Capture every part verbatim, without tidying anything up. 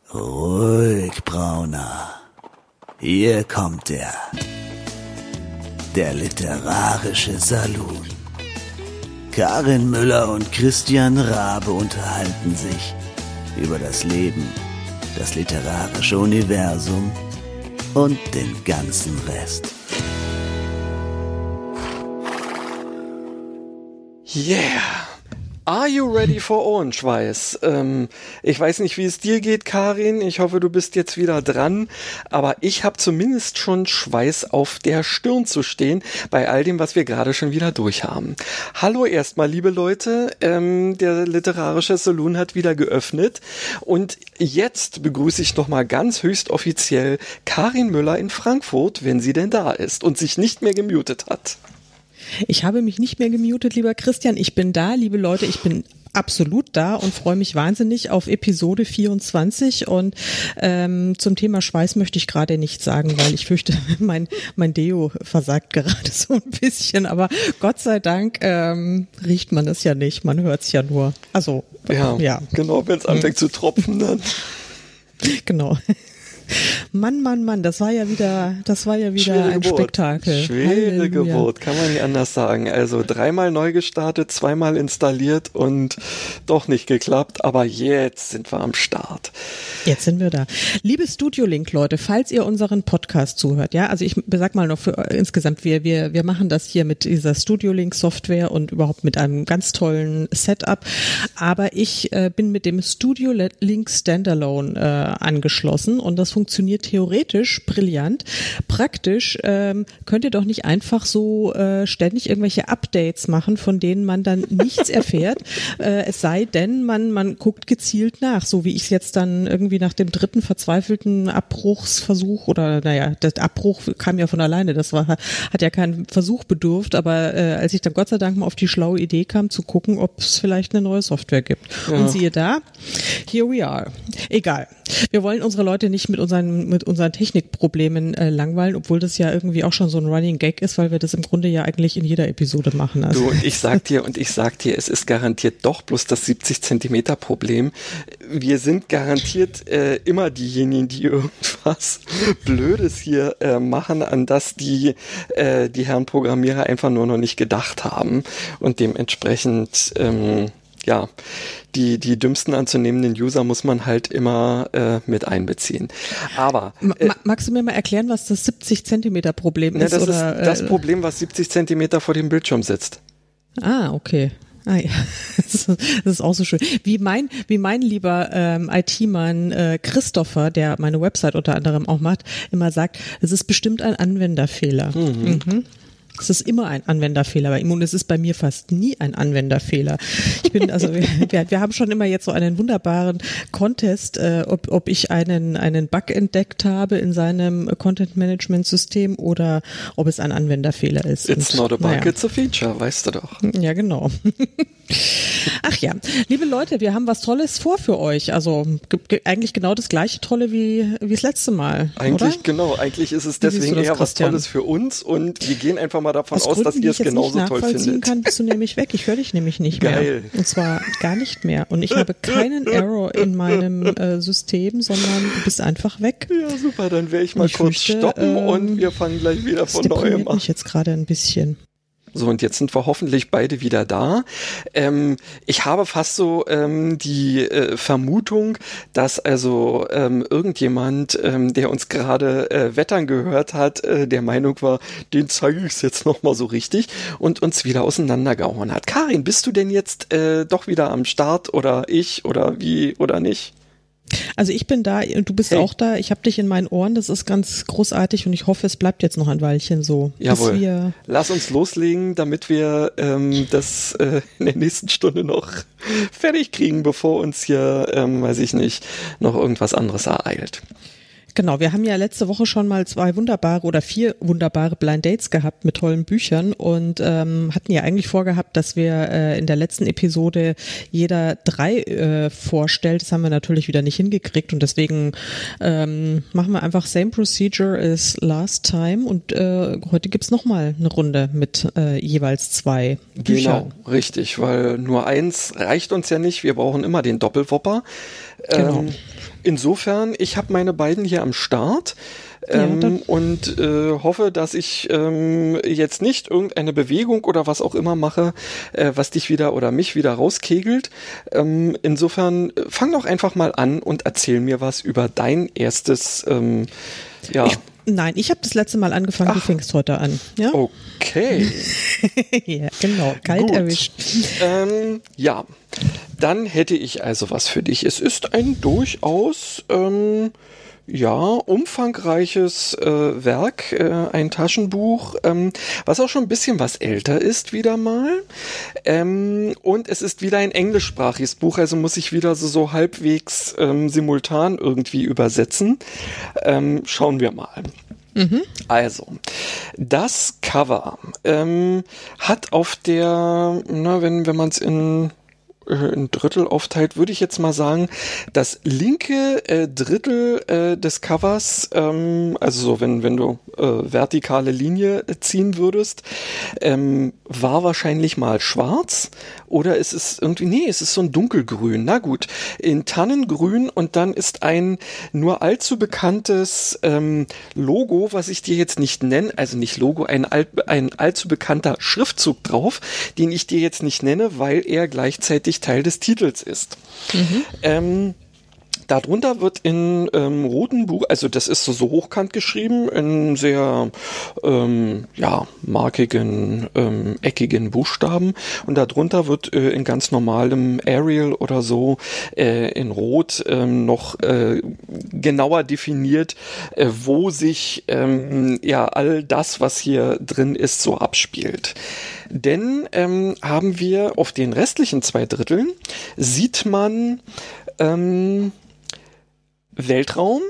Ruhig, Brauner. Hier kommt er. Der literarische Saloon. Karin Müller und Christian Rabe unterhalten sich über das Leben, das literarische Universum und den ganzen Rest. Yeah! Are you ready for Ohrenschweiß? Ähm, ich weiß nicht, wie es dir geht, Karin. Ich hoffe, du bist jetzt wieder dran. Aber ich habe zumindest schon Schweiß auf der Stirn zu stehen, bei all dem, was wir gerade schon wieder durchhaben. Hallo erstmal, liebe Leute. Ähm, der literarische Saloon hat wieder geöffnet. Und jetzt begrüße ich nochmal ganz höchst offiziell Karin Müller in Frankfurt, wenn sie denn da ist und sich nicht mehr gemutet hat. Ich habe mich nicht mehr gemutet, lieber Christian. Ich bin da, liebe Leute. Ich bin absolut da und freue mich wahnsinnig auf Episode vierundzwanzig. Und ähm, zum Thema Schweiß möchte ich gerade nichts sagen, weil ich fürchte, mein mein Deo versagt gerade so ein bisschen. Aber Gott sei Dank ähm, riecht man es ja nicht. Man hört es ja nur. Also ja, ja. Genau, wenn es anfängt zu tropfen, dann. Genau. Mann, Mann, Mann, das war ja wieder, das war ja wieder Schwere ein Geburt. Spektakel. Schwere Halleluja. Geburt, kann man nicht anders sagen. Also dreimal neu gestartet, zweimal installiert und doch nicht geklappt, aber jetzt sind wir am Start. Jetzt sind wir da. Liebe Studio-Link, Leute, falls ihr unseren Podcast zuhört, ja, also ich sag mal noch für insgesamt, wir, wir, wir machen das hier mit dieser Studio-Link-Software und überhaupt mit einem ganz tollen Setup, aber ich äh, bin mit dem Studio-Link Standalone äh, angeschlossen und das funktioniert theoretisch brillant. Praktisch ähm, könnt ihr doch nicht einfach so äh, ständig irgendwelche Updates machen, von denen man dann nichts erfährt, äh, es sei denn, man, man guckt gezielt nach, so wie ich es jetzt dann irgendwie nach dem dritten verzweifelten Abbruchsversuch oder naja, der Abbruch kam ja von alleine, das war hat ja keinen Versuch bedurft, aber äh, als ich dann Gott sei Dank mal auf die schlaue Idee kam, zu gucken, ob es vielleicht eine neue Software gibt. Ja. Und siehe da, here we are. Egal. Wir wollen unsere Leute nicht mit unseren mit unseren Technikproblemen äh, langweilen, obwohl das ja irgendwie auch schon so ein Running Gag ist, weil wir das im Grunde ja eigentlich in jeder Episode machen. Also. Du, und ich sag dir, und ich sag dir, es ist garantiert doch bloß das siebzig Zentimeter Problem. Wir sind garantiert äh, immer diejenigen, die irgendwas Blödes hier äh, machen, an das die äh, die Herren Programmierer einfach nur noch nicht gedacht haben und dementsprechend ähm, ja, die die dümmsten anzunehmenden User muss man halt immer äh, mit einbeziehen. Aber äh, Ma- magst du mir mal erklären, was das siebzig Zentimeter Problem ne, ist? Das oder, ist das äh, Problem, was siebzig Zentimeter vor dem Bildschirm sitzt. Ah, okay. Ah, ja. Das ist auch so schön. Wie mein, wie mein lieber ähm, I T-Mann äh, Christopher, der meine Website unter anderem auch macht, immer sagt, es ist bestimmt ein Anwenderfehler. Mhm. Mhm. Es ist immer ein Anwenderfehler bei ihm und es ist bei mir fast nie ein Anwenderfehler. Ich bin also wir, wir haben schon immer jetzt so einen wunderbaren Contest, äh, ob ob ich einen einen Bug entdeckt habe in seinem Content Management System oder ob es ein Anwenderfehler ist. It's und, not a bug, naja. It's a feature, weißt du doch. Ja, genau. Ach ja, liebe Leute, wir haben was Tolles vor für euch. Also ge- eigentlich genau das gleiche Tolle wie wie das letzte Mal. Eigentlich oder? genau, eigentlich ist es deswegen das, eher was Christian? Tolles für uns und wir gehen einfach mal davon Aus aus, Gründen, dass die ihr ich es jetzt genauso nicht toll nachvollziehen findet. kann, bist du nämlich weg. Ich höre dich nämlich nicht Geil. mehr. Und zwar gar nicht mehr. Und ich habe keinen Error in meinem äh, System, sondern du bist einfach weg. Ja, super, dann werde ich mal Ich kurz fürchte, stoppen ähm, und wir fangen gleich wieder Das von neuem deprimiert an. mich jetzt gerade ein bisschen. So, und jetzt sind wir hoffentlich beide wieder da. Ähm, ich habe fast so ähm, die äh, Vermutung, dass also ähm, irgendjemand, ähm, der uns gerade äh, wettern gehört hat, äh, der Meinung war, den zeige ich es jetzt nochmal so richtig und uns wieder auseinandergehauen hat. Karin, bist du denn jetzt äh, doch wieder am Start oder ich oder wie oder nicht? Also ich bin da, du bist Hey. auch da, ich habe dich in meinen Ohren, das ist ganz großartig und ich hoffe, es bleibt jetzt noch ein Weilchen so. Jawohl. Bis wir Lass uns loslegen, damit wir ähm, das äh, in der nächsten Stunde noch fertig kriegen, bevor uns hier, ähm, weiß ich nicht, noch irgendwas anderes ereilt. Genau, wir haben ja letzte Woche schon mal zwei wunderbare oder vier wunderbare Blind Dates gehabt mit tollen Büchern und ähm, hatten ja eigentlich vorgehabt, dass wir äh, in der letzten Episode jeder drei äh, vorstellt. Das haben wir natürlich wieder nicht hingekriegt und deswegen ähm, machen wir einfach same procedure as last time und äh, heute gibt's noch mal eine Runde mit äh, jeweils zwei Büchern. Genau, richtig, weil nur eins reicht uns ja nicht. Wir brauchen immer den Doppelwopper. Genau. Ähm, insofern, ich habe meine beiden hier am Start ähm, ja, und äh, hoffe, dass ich ähm, jetzt nicht irgendeine Bewegung oder was auch immer mache, äh, was dich wieder oder mich wieder rauskegelt. Ähm, insofern, fang doch einfach mal an und erzähl mir was über dein erstes, ähm, ja. Ich, nein, ich habe das letzte Mal angefangen, Ach. du fängst heute an. Ja? Okay. Ja, genau, kalt Gut. erwischt. Ähm, ja, dann hätte ich also was für dich. Es ist ein durchaus ähm, ja umfangreiches äh, Werk, äh, ein Taschenbuch, ähm, was auch schon ein bisschen was älter ist wieder mal. Ähm, und es ist wieder ein englischsprachiges Buch, also muss ich wieder so, so halbwegs ähm, simultan irgendwie übersetzen. Ähm, schauen wir mal. Mhm. Also, das Cover ähm, hat auf der, na, wenn, wenn man es in, äh, in Drittel aufteilt, würde ich jetzt mal sagen, das linke äh, Drittel äh, des Covers, ähm, also so, wenn, wenn du äh, vertikale Linie ziehen würdest, ähm, war wahrscheinlich mal schwarz oder es ist irgendwie, nee, es ist so ein dunkelgrün, na gut, in Tannengrün und dann ist ein nur allzu bekanntes ähm, Logo, was ich dir jetzt nicht nenne, also nicht Logo, ein, all, ein allzu bekannter Schriftzug drauf, den ich dir jetzt nicht nenne, weil er gleichzeitig Teil des Titels ist. Mhm. Ähm, Darunter wird in ähm, roten Buch, also das ist so, so hochkant geschrieben, in sehr ähm, ja, markigen, ähm, eckigen Buchstaben und darunter wird äh, in ganz normalem Arial oder so äh, in Rot ähm, noch äh, genauer definiert, äh, wo sich ähm, ja all das, was hier drin ist, so abspielt. Denn ähm, haben wir auf den restlichen zwei Dritteln, sieht man ähm, Weltraum,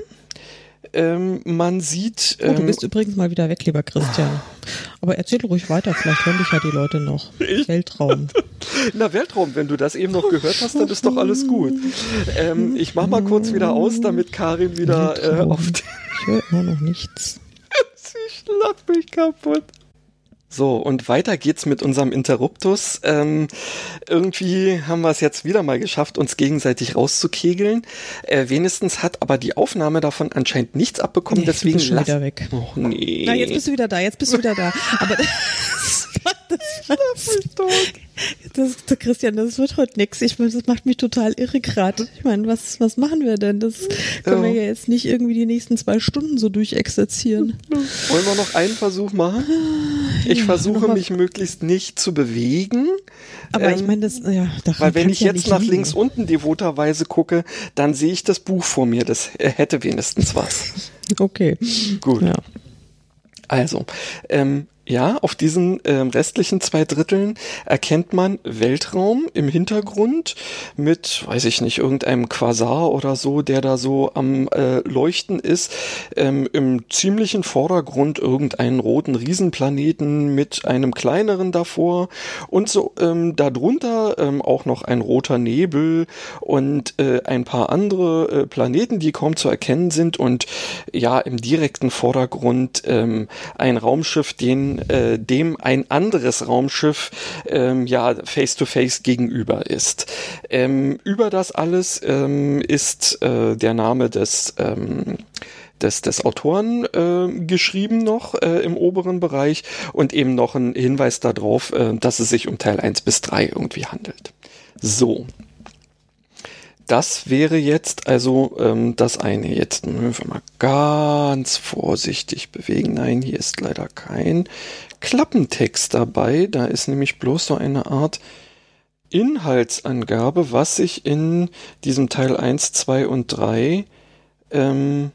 ähm, man sieht... Ähm, oh, du bist übrigens mal wieder weg, lieber Christian. Aber erzähl ruhig weiter, vielleicht hören dich ja die Leute noch. Ich? Weltraum. Na, Weltraum, wenn du das eben noch gehört hast, dann ist doch alles gut. Ähm, ich mach mal kurz wieder aus, damit Karin wieder äh, auf... Ich höre immer noch nichts. Ich lach mich kaputt. So, und weiter geht's mit unserem Interruptus. Ähm, irgendwie haben wir es jetzt wieder mal geschafft, uns gegenseitig rauszukegeln. Äh, wenigstens hat aber die Aufnahme davon anscheinend nichts abbekommen. Nee, deswegen du bist schon lass- wieder weg. Och, nee. Na, jetzt bist du wieder da, jetzt bist du wieder da. Aber das, das, das, das, das, Christian, das wird heute nix. Ich meine, das macht mich total irre gerade. Ich meine, was, was machen wir denn? Das können Ja. wir ja jetzt nicht irgendwie die nächsten zwei Stunden so durchexerzieren. Wollen wir noch einen Versuch machen? Ich Ja, versuche nochmal. mich möglichst nicht zu bewegen. Aber Ähm, ich meine, das, ja, daran Weil wenn kann's ich ja jetzt nicht nach liegen. links unten devoterweise gucke, dann sehe ich das Buch vor mir. Das äh, hätte wenigstens was. Okay. Gut. Ja. Also, ähm, ja, auf diesen ähm, restlichen zwei Dritteln erkennt man Weltraum im Hintergrund mit, weiß ich nicht, irgendeinem Quasar oder so, der da so am äh, Leuchten ist. Ähm, im ziemlichen Vordergrund irgendeinen roten Riesenplaneten mit einem kleineren davor und so ähm, darunter ähm, auch noch ein roter Nebel und äh, ein paar andere äh, Planeten, die kaum zu erkennen sind und ja, im direkten Vordergrund ähm, ein Raumschiff, den äh, dem ein anderes Raumschiff ähm, ja face to face gegenüber ist. Ähm, über das alles ähm, ist äh, der Name des ähm, des, des Autoren äh, geschrieben noch äh, im oberen Bereich und eben noch ein Hinweis darauf, äh, dass es sich um Teil eins bis drei irgendwie handelt. So. Das wäre jetzt also ähm, das eine. Jetzt müssen wir mal ganz vorsichtig bewegen. Nein, hier ist leider kein Klappentext dabei. Da ist nämlich bloß so eine Art Inhaltsangabe, was sich in diesem Teil eins, zwei und drei ähm,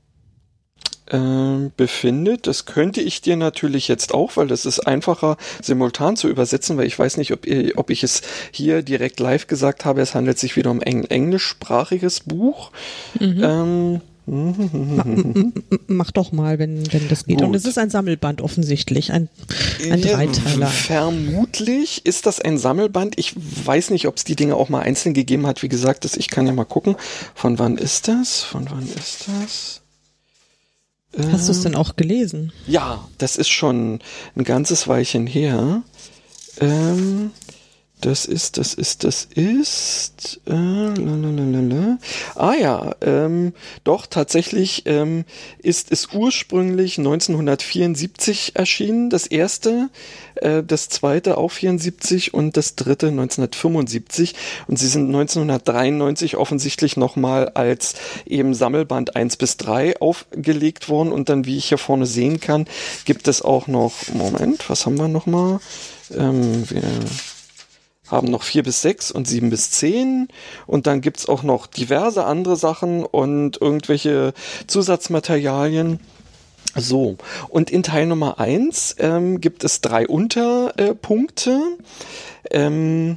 äh, befindet. Das könnte ich dir natürlich jetzt auch, weil das ist einfacher simultan zu übersetzen, weil ich weiß nicht, ob, ihr, ob ich es hier direkt live gesagt habe. Es handelt sich wieder um ein englischsprachiges Buch. Mhm. Ähm, mach, mach doch mal, wenn, wenn das geht. Gut. Und es ist ein Sammelband offensichtlich, ein, ein ja, Dreiteiler. Vermutlich ist das ein Sammelband. Ich weiß nicht, ob es die Dinge auch mal einzeln gegeben hat. Wie gesagt, das, ich kann ja mal gucken. Von wann ist das? Von wann ist das? Hast du es denn auch gelesen? Ja, das ist schon ein ganzes Weilchen her. Ähm, das ist, das ist, das ist, äh, lalalala. ah ja, ähm, doch, tatsächlich ähm, ist es ursprünglich neunzehnhundertvierundsiebzig erschienen, das erste, äh, das zweite auch vierundsiebzig und das dritte neunzehnhundertfünfundsiebzig und sie sind neunzehnhundertdreiundneunzig offensichtlich nochmal als eben Sammelband eins bis drei aufgelegt worden und dann, wie ich hier vorne sehen kann, gibt es auch noch, Moment, was haben wir nochmal? Ähm, wir haben noch vier bis sechs und sieben bis zehn und dann gibt's auch noch diverse andere Sachen und irgendwelche Zusatzmaterialien. So, und in Teil Nummer eins ähm, gibt es drei Unterpunkte. Ähm,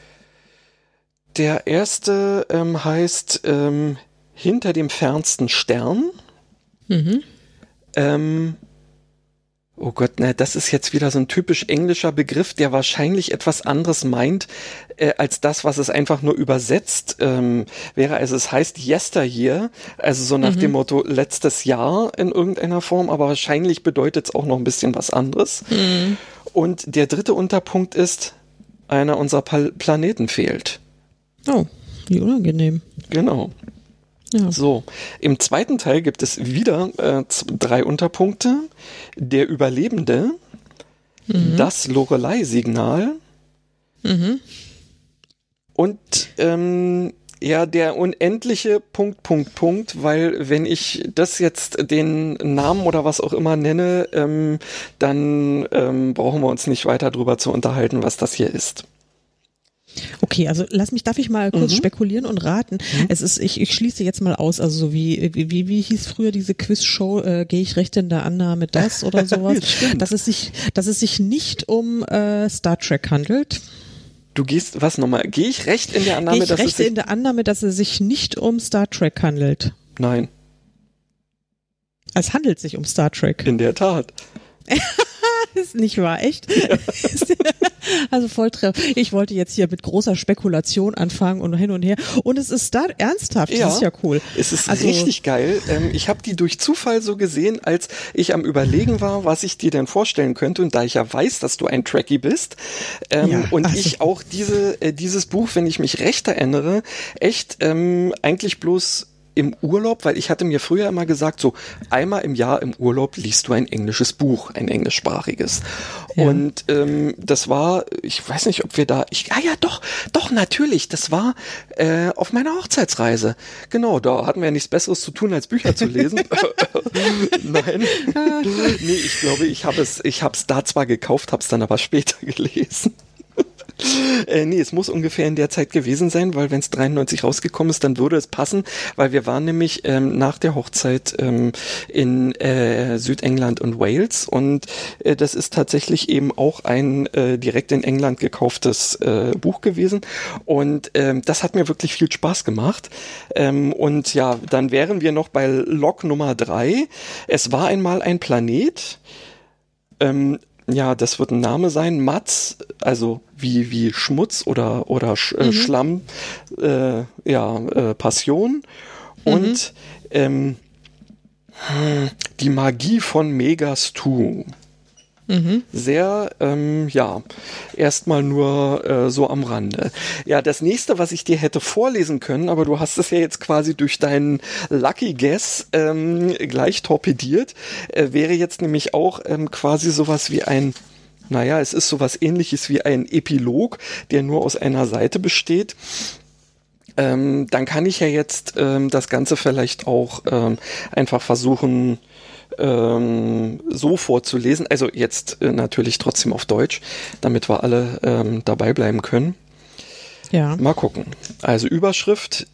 der erste ähm, heißt ähm, Hinter dem fernsten Stern. Mhm. Ähm, Oh Gott, ne, das ist jetzt wieder so ein typisch englischer Begriff, der wahrscheinlich etwas anderes meint, äh, als das, was es einfach nur übersetzt ähm, wäre. Also es heißt Yesteryear, also so nach mhm. dem Motto letztes Jahr in irgendeiner Form, aber wahrscheinlich bedeutet es auch noch ein bisschen was anderes. Mhm. Und der dritte Unterpunkt ist, einer unserer Pal- Planeten fehlt. Oh, wie unangenehm. Genau. Ja. So, im zweiten Teil gibt es wieder äh, z- drei Unterpunkte. Der Überlebende, mhm. das Lorelei-Signal mhm. und ähm, ja, der unendliche Punkt, Punkt, Punkt, weil wenn ich das jetzt den Namen oder was auch immer nenne, ähm, dann ähm, brauchen wir uns nicht weiter drüber zu unterhalten, was das hier ist. Okay, also lass mich, darf ich mal kurz mhm. spekulieren und raten? Mhm. Es ist, ich, ich schließe jetzt mal aus, also so wie, wie, wie hieß früher diese Quizshow, äh, gehe ich recht in der Annahme das oder sowas, dass es sich, dass es sich nicht um äh, Star Trek handelt. Du gehst, was nochmal, gehe ich recht in der Annahme, Gehe ich dass recht es sich in der Annahme, dass es sich nicht um Star Trek handelt? Nein. Es handelt sich um Star Trek. In der Tat. Ist nicht wahr, echt? Ja. Also voll treff. Ich wollte jetzt hier mit großer Spekulation anfangen und hin und her. Und es ist da ernsthaft, das ja, ist ja cool. Es ist also richtig geil. Ähm, ich habe die durch Zufall so gesehen, als ich am Überlegen war, was ich dir denn vorstellen könnte. Und da ich ja weiß, dass du ein Trekkie bist ähm, ja, und also. ich auch diese äh, dieses Buch, wenn ich mich recht erinnere, echt ähm, eigentlich bloß im Urlaub, weil ich hatte mir früher immer gesagt, so einmal im Jahr im Urlaub liest du ein englisches Buch, ein englischsprachiges. Ja. Und ähm, das war, ich weiß nicht, ob wir da, ich, ah ja, doch, doch, natürlich, das war äh, auf meiner Hochzeitsreise. Genau, da hatten wir ja nichts Besseres zu tun, als Bücher zu lesen. Nein, nee, ich glaube, ich habe es, ich habe es da zwar gekauft, habe es dann aber später gelesen. Äh, nee, es muss ungefähr in der Zeit gewesen sein, weil wenn es dreiundneunzig rausgekommen ist, dann würde es passen, weil wir waren nämlich ähm, nach der Hochzeit ähm, in äh, Südengland und Wales und äh, das ist tatsächlich eben auch ein äh, direkt in England gekauftes äh, Buch gewesen und ähm, das hat mir wirklich viel Spaß gemacht ähm, und ja, dann wären wir noch bei Log Nummer drei. Es war einmal ein Planet, ähm, ja, das wird ein Name sein, Matz, also wie wie Schmutz oder oder Sch, äh, mhm. Schlamm, äh, ja, äh, Passion und mhm. ähm, die Magie von Megas Tu. Mhm. Sehr, ähm, ja, erstmal nur äh, so am Rande. Ja, das nächste, was ich dir hätte vorlesen können, aber du hast es ja jetzt quasi durch deinen Lucky Guess ähm, gleich torpediert, äh, wäre jetzt nämlich auch ähm, quasi sowas wie ein, naja, es ist sowas ähnliches wie ein Epilog, der nur aus einer Seite besteht. Ähm, dann kann ich ja jetzt ähm, das Ganze vielleicht auch ähm, einfach versuchen, Ähm, so vorzulesen, also jetzt äh, natürlich trotzdem auf Deutsch, damit wir alle ähm, dabei bleiben können. Ja. Mal gucken. Also Überschrift.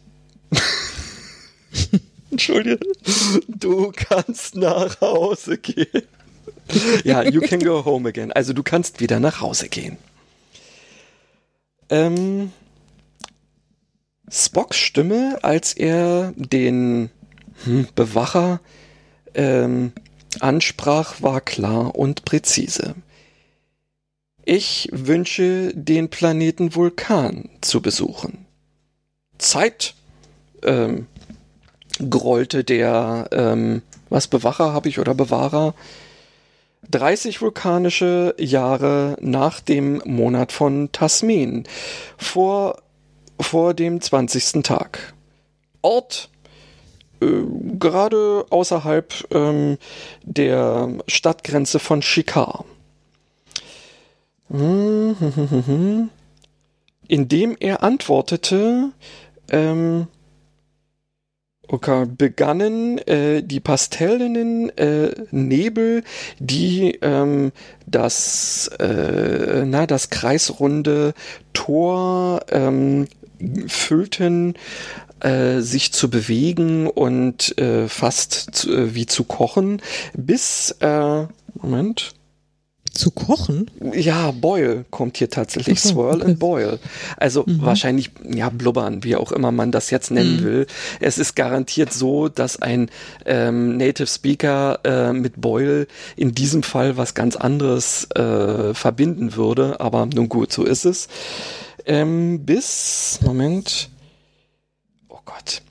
Entschuldige. Du kannst nach Hause gehen. Ja, you can go home again. Also du kannst wieder nach Hause gehen. Ähm, Spocks Stimme, als er den hm, Bewacher ähm, ansprach, war klar und präzise. Ich wünsche, den Planeten Vulkan zu besuchen. Zeit, ähm, grollte der, ähm, was, Bewacher habe ich oder Bewahrer? dreißig vulkanische Jahre nach dem Monat von Tasmin, vor, vor dem zwanzigsten Tag. Ort, äh, gerade außerhalb ähm, der Stadtgrenze von Shikar. Indem er antwortete, ähm, okay, begannen äh, die pastellenen äh, Nebel, die ähm, das, äh, na, das kreisrunde Tor ähm, füllten, äh, sich zu bewegen und äh, fast zu, äh, wie zu kochen, bis, äh, Moment, Zu kochen? Ja, Boil kommt hier tatsächlich. Ach so, Swirl okay. and Boil. Also Mhm. wahrscheinlich, ja, blubbern, wie auch immer man das jetzt nennen Mhm. will. Es ist garantiert so, dass ein ähm, Native Speaker äh, mit Boil in diesem Fall was ganz anderes äh, verbinden würde. Aber nun gut, so ist es. Ähm, bis, Moment. Oh Gott.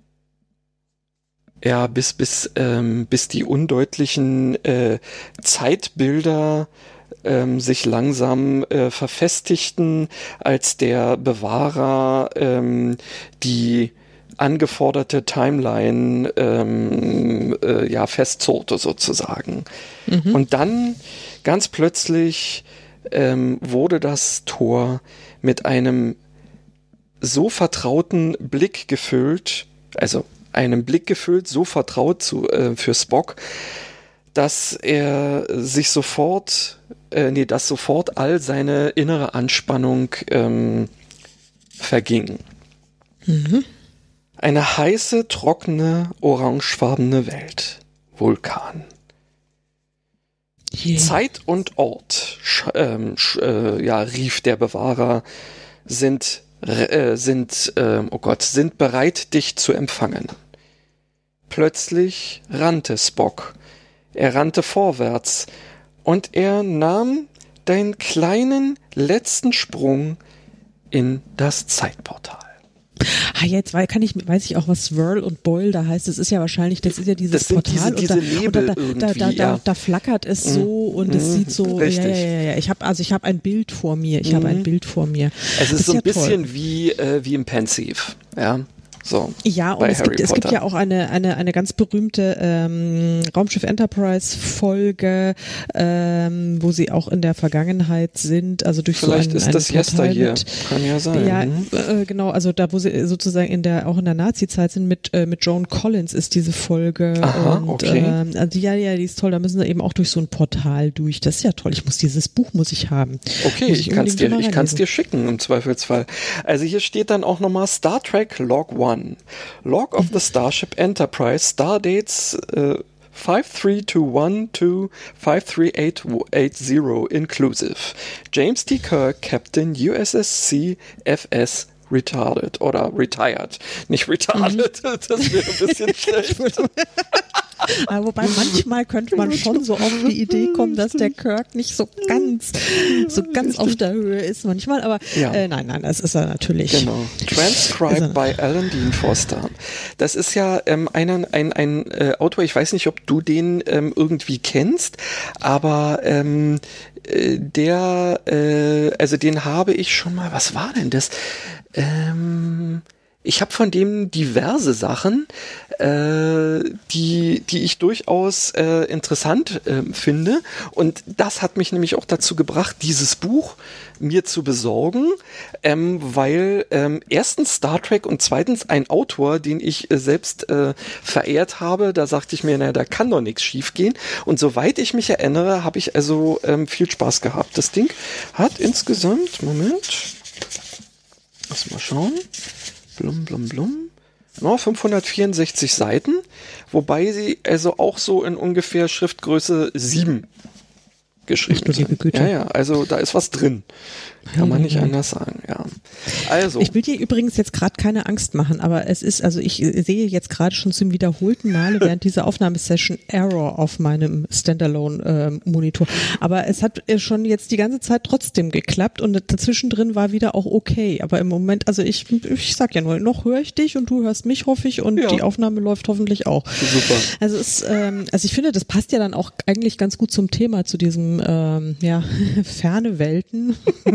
Ja, bis, bis, ähm, bis die undeutlichen äh, Zeitbilder ähm, sich langsam äh, verfestigten, als der Bewahrer ähm, die angeforderte Timeline ähm, äh, ja, festzurrte sozusagen. Mhm. Und dann ganz plötzlich ähm, wurde das Tor mit einem so vertrauten Blick gefüllt, also einem Blick gefüllt, so vertraut zu, äh, für Spock, dass er sich sofort, äh, nee, dass sofort all seine innere Anspannung ähm, verging. Mhm. Eine heiße, trockene, orangefarbene Welt. Vulkan. Yeah. Zeit und Ort, sch, ähm, sch, äh, ja, rief der Bewahrer, sind, äh, sind, äh, oh Gott, sind bereit, dich zu empfangen. Plötzlich rannte Spock. Er rannte vorwärts und er nahm den kleinen letzten Sprung in das Zeitportal. Ah, jetzt weil kann ich, weiß ich auch, was Swirl und Boil da heißt. Das ist ja wahrscheinlich, das ist ja dieses Das sind Portal diese- und, diese da, und da, Nebel da, da, irgendwie, da, ja. da, da flackert es so und es Mhm, sieht so. richtig. Ja, ja, ja, ja. Ich habe also ich habe ein Bild vor mir. Ich habe ein Bild vor mir. Es Das ist so ein ja toll. bisschen wie, äh, wie im Pensive, ja. So, Ja, und bei es Harry gibt, es gibt Potter. ja auch eine, eine, eine ganz berühmte ähm, Raumschiff Enterprise Folge, ähm, wo sie auch in der Vergangenheit sind, also durch Vielleicht so ein, ist ein das Portal Jester hier. mit, Kann ja sein. ja, Mhm. äh, genau, also da, wo sie sozusagen in der, auch in der Nazi-Zeit sind, mit, äh, mit Joan Collins ist diese Folge. Aha, und, okay. ähm, also die, ja, ja, die ist toll, da müssen sie eben auch durch so ein Portal durch. Das ist ja toll. Ich muss dieses Buch, muss ich haben. Okay, Muss ich kann es unbedingt dir, mal ich kann's reinlesen. dir schicken im Zweifelsfall. Also hier steht dann auch nochmal Star Trek Log One. Log of the Starship Enterprise, Stardates äh, five three two one to five three eight eight zero inclusive. James T. Kirk, Captain U S S C F S Retarded oder Retired. Nicht retarded, das wäre ein bisschen schlecht. Aber wobei manchmal könnte man schon so auf die Idee kommen, dass der Kirk nicht so ganz, so ganz auf der Höhe ist manchmal. Aber Ja. äh, nein, nein, das ist er natürlich. Genau. Transcribed by Alan Dean Foster. Das ist ja ähm, ein, ein, ein äh, Autor, ich weiß nicht, ob du den ähm, irgendwie kennst, aber ähm, äh, der, äh, also den habe ich schon mal, was war denn das? Ähm, ich habe von dem diverse Sachen, äh, die, die ich durchaus äh, interessant äh, finde. Und das hat mich nämlich auch dazu gebracht, dieses Buch mir zu besorgen, ähm, weil ähm, erstens Star Trek und zweitens ein Autor, den ich äh, selbst äh, verehrt habe. Da sagte ich mir, naja, da kann doch nichts schief gehen. Und soweit ich mich erinnere, habe ich also ähm, viel Spaß gehabt. Das Ding hat insgesamt, Moment, lass mal schauen. Blum, blum, blum. No, fünfhundertvierundsechzig Seiten, wobei sie also auch so in ungefähr Schriftgröße sieben geschrieben Ach du liebe sind. Güte. Ja, ja, also da ist was drin. Kann man nicht anders sagen, ja. Also. Ich will dir übrigens jetzt gerade keine Angst machen, aber es ist, also ich sehe jetzt gerade schon zum wiederholten Male während dieser Aufnahmesession Error auf meinem Standalone-Monitor. Äh, aber es hat schon jetzt die ganze Zeit trotzdem geklappt und dazwischen drin war wieder auch okay. Aber im Moment, also ich, ich sag ja nur, noch höre ich dich und du hörst mich, hoffe ich, und ja. Die Aufnahme läuft hoffentlich auch. Super. Also es, ähm, also ich finde, das passt ja dann auch eigentlich ganz gut zum Thema, zu diesem, ähm, ja, ferne Welten.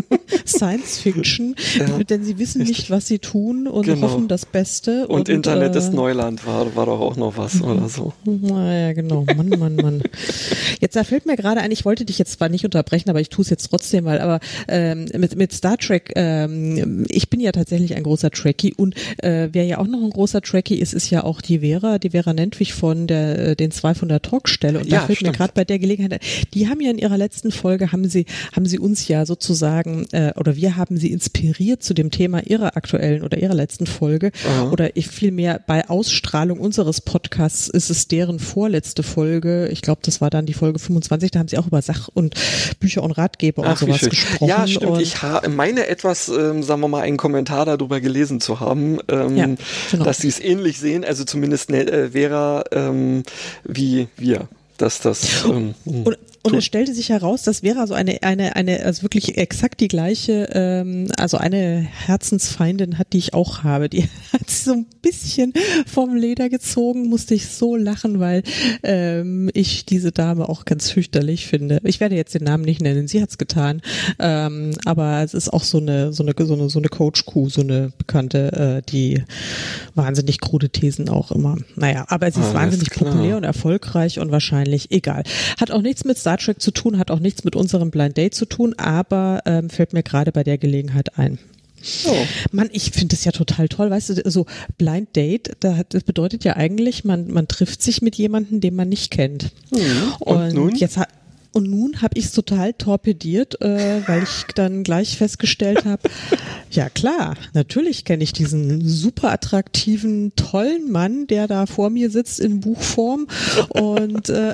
Science Fiction, ja, denn sie wissen nicht, was sie tun und genau. hoffen das Beste. Und, und Internet äh, ist Neuland, war, war doch auch noch was oder so. Naja, genau. Mann, Mann, Mann. Jetzt, da fällt mir gerade ein, ich wollte dich jetzt zwar nicht unterbrechen, aber ich tue es jetzt trotzdem, weil, aber ähm, mit, mit Star Trek, ähm, ich bin ja tatsächlich ein großer Trekkie und äh, wer ja auch noch ein großer Trekkie ist, ist ja auch die Vera, die Vera Nentwich von der den zwei von der Talkstelle. Und da ja, fällt stimmt. mir gerade bei der Gelegenheit, die haben ja in ihrer letzten Folge, haben sie, haben sie uns ja sozusagen äh, oder wir haben sie inspiriert zu dem Thema ihrer aktuellen oder ihrer letzten Folge. Aha. Oder ich vielmehr bei Ausstrahlung unseres Podcasts ist es deren vorletzte Folge. Ich glaube, das war dann die Folge fünfundzwanzig. Da haben sie auch über Sach- und Bücher und Ratgeber Ach, und sowas gesprochen. Ja, stimmt. Und ich ha- meine etwas, ähm, sagen wir mal, einen Kommentar darüber gelesen zu haben, ähm, ja, genau. dass sie es ähnlich sehen. Also zumindest ne, äh, Vera ähm, wie wir. Dass das ähm, und, und es stellte sich heraus, dass Vera so eine, eine, eine, also wirklich exakt die gleiche, ähm, also eine Herzensfeindin hat, die ich auch habe. Die hat so ein bisschen vom Leder gezogen, musste ich so lachen, weil ähm, ich diese Dame auch ganz fürchterlich finde. Ich werde jetzt den Namen nicht nennen, sie hat's getan, ähm, aber es ist auch so eine, so eine, so eine, so eine Coach-Kuh, so eine Bekannte, äh, die wahnsinnig krude Thesen auch immer. Naja, aber sie ist ah, wahnsinnig populär und erfolgreich und wahrscheinlich egal. Hat auch nichts mit Star Trek zu tun, hat auch nichts mit unserem Blind Date zu tun, aber ähm, fällt mir gerade bei der Gelegenheit ein. Oh. Mann, ich finde das ja total toll, weißt du, so Blind Date, das bedeutet ja eigentlich, man, man trifft sich mit jemandem, den man nicht kennt. Hm. Und, und nun? jetzt hat Und nun habe ich es total torpediert, äh, weil ich dann gleich festgestellt habe, ja klar, natürlich kenne ich diesen super attraktiven, tollen Mann, der da vor mir sitzt in Buchform. Und äh, ja,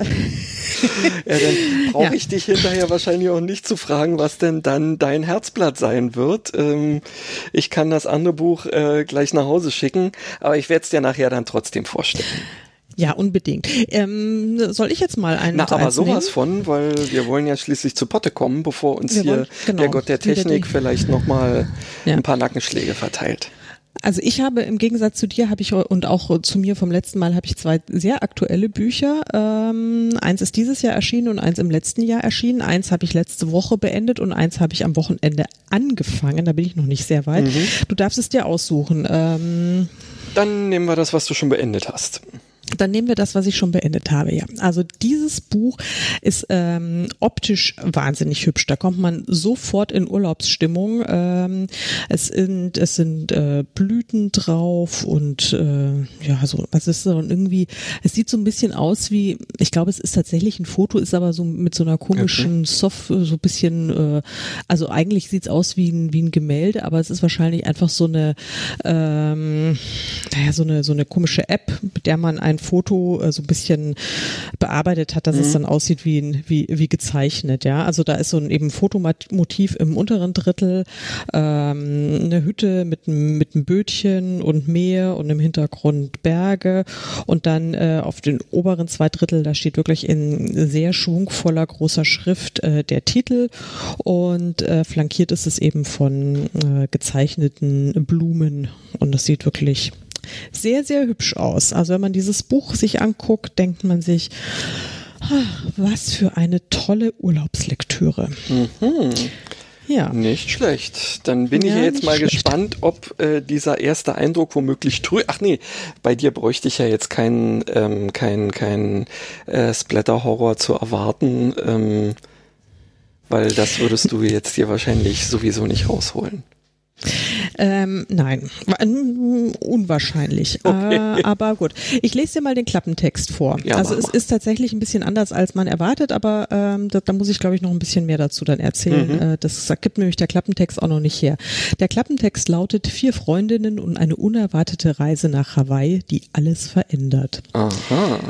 dann brauche ich ja. dich hinterher wahrscheinlich auch nicht zu fragen, was denn dann dein Herzblatt sein wird. Ähm, ich kann das andere Buch äh, gleich nach Hause schicken, aber ich werde es dir nachher dann trotzdem vorstellen. Ja, unbedingt. Ähm, soll ich jetzt mal einen Na, aber sowas nehmen? von, weil wir wollen ja schließlich zu Potte kommen, bevor uns wir hier wollen, genau, der Gott der Technik vielleicht nochmal ja. ein paar Nackenschläge verteilt. Also ich habe im Gegensatz zu dir habe ich und auch zu mir vom letzten Mal habe ich zwei sehr aktuelle Bücher. Ähm, eins ist dieses Jahr erschienen und eins im letzten Jahr erschienen. Eins habe ich letzte Woche beendet und eins habe ich am Wochenende angefangen. Da bin ich noch nicht sehr weit. Mhm. Du darfst es dir aussuchen. Ähm, Dann nehmen wir das, was du schon beendet hast. Dann nehmen wir das, was ich schon beendet habe, ja. Also dieses Buch ist ähm, optisch wahnsinnig hübsch. Da kommt man sofort in Urlaubsstimmung. Ähm, es sind es sind äh, Blüten drauf und äh, ja, so was ist so irgendwie. Es sieht so ein bisschen aus wie, ich glaube, es ist tatsächlich ein Foto, ist aber so mit so einer komischen okay. Soft, so ein bisschen. Äh, also eigentlich sieht's aus wie ein wie ein Gemälde, aber es ist wahrscheinlich einfach so eine, ähm, naja, so eine so eine komische App, mit der man ein Foto äh, so ein bisschen bearbeitet hat, dass mhm. es dann aussieht wie, ein, wie wie gezeichnet, ja. Also da ist so ein eben Fotomotiv im unteren Drittel, ähm, eine Hütte mit einem mit einem Bötchen und Meer und im Hintergrund Berge und dann äh, auf den oberen zwei Drittel, da steht wirklich in sehr schwungvoller großer Schrift äh, der Titel und äh, flankiert ist es eben von äh, gezeichneten Blumen und das sieht wirklich sehr, sehr hübsch aus. Also wenn man dieses Buch sich anguckt, denkt man sich, was für eine tolle Urlaubslektüre. Mhm. Ja. Nicht schlecht. Dann bin ja, ich jetzt mal schlecht. gespannt, ob äh, dieser erste Eindruck womöglich trügt. Ach nee, bei dir bräuchte ich ja jetzt keinen ähm, kein, kein, äh, Splatter-Horror zu erwarten, ähm, weil das würdest du jetzt hier wahrscheinlich sowieso nicht rausholen. Ähm, nein, unwahrscheinlich. Okay. Äh, aber gut, ich lese dir mal den Klappentext vor. Ja, also es ist tatsächlich ein bisschen anders, als man erwartet, aber ähm, da, da muss ich, glaube ich, noch ein bisschen mehr dazu dann erzählen. Mhm. Äh, das gibt nämlich der Klappentext auch noch nicht her. Der Klappentext lautet: Vier Freundinnen und eine unerwartete Reise nach Hawaii, die alles verändert. Aha.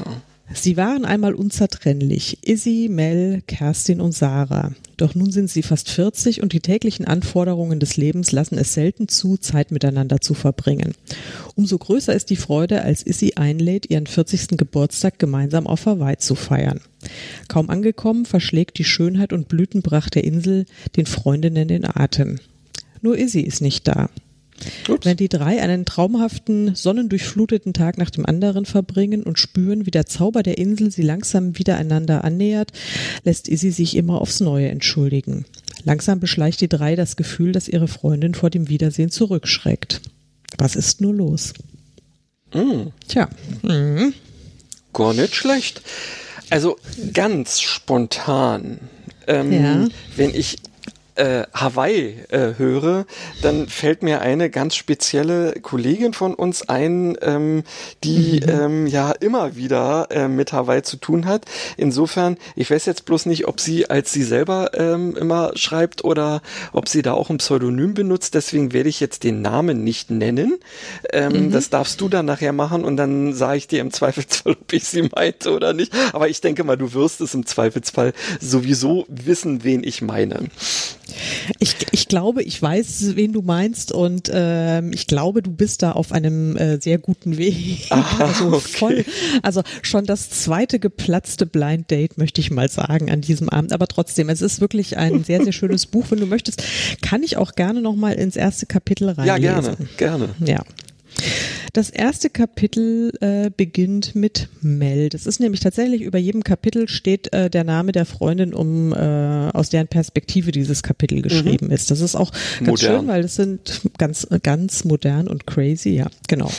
Sie waren einmal unzertrennlich, Izzy, Mel, Kerstin und Sarah. Doch nun sind sie fast vierzig und die täglichen Anforderungen des Lebens lassen es selten zu, Zeit miteinander zu verbringen. Umso größer ist die Freude, als Izzy einlädt, ihren vierzigsten Geburtstag gemeinsam auf Hawaii zu feiern. Kaum angekommen, verschlägt die Schönheit und Blütenpracht der Insel den Freundinnen den Atem. Nur Izzy ist nicht da. Ups. Wenn die drei einen traumhaften, sonnendurchfluteten Tag nach dem anderen verbringen und spüren, wie der Zauber der Insel sie langsam wieder einander annähert, lässt Izzy sich immer aufs Neue entschuldigen. Langsam beschleicht die drei das Gefühl, dass ihre Freundin vor dem Wiedersehen zurückschreckt. Was ist nur los? Mm. Tja. Mhm. Gar nicht schlecht. Also ganz spontan, ähm, Ja. wenn ich Äh, Hawaii äh, höre, dann fällt mir eine ganz spezielle Kollegin von uns ein, ähm, die mhm. ähm, ja immer wieder äh, mit Hawaii zu tun hat. Insofern, ich weiß jetzt bloß nicht, ob sie als sie selber ähm, immer schreibt oder ob sie da auch ein Pseudonym benutzt. Deswegen werde ich jetzt den Namen nicht nennen. Ähm, mhm. Das darfst du dann nachher machen und dann sage ich dir im Zweifelsfall, ob ich sie meinte oder nicht. Aber ich denke mal, du wirst es im Zweifelsfall sowieso wissen, wen ich meine. Ich, ich glaube, ich weiß, wen du meinst und ähm, ich glaube, du bist da auf einem äh, sehr guten Weg. Ah, also okay. voll, also schon das zweite geplatzte Blind Date, möchte ich mal sagen, an diesem Abend. Aber trotzdem, es ist wirklich ein sehr, sehr schönes Buch. Wenn du möchtest, kann ich auch gerne noch mal ins erste Kapitel reinlesen. Ja, gerne, gerne. Ja. Das erste Kapitel äh, beginnt mit Mel. Das ist nämlich tatsächlich, über jedem Kapitel steht äh, der Name der Freundin, um äh, aus deren Perspektive dieses Kapitel geschrieben mhm. ist. Das ist auch ganz modern. schön, weil das sind ganz, ganz modern und crazy, ja, genau.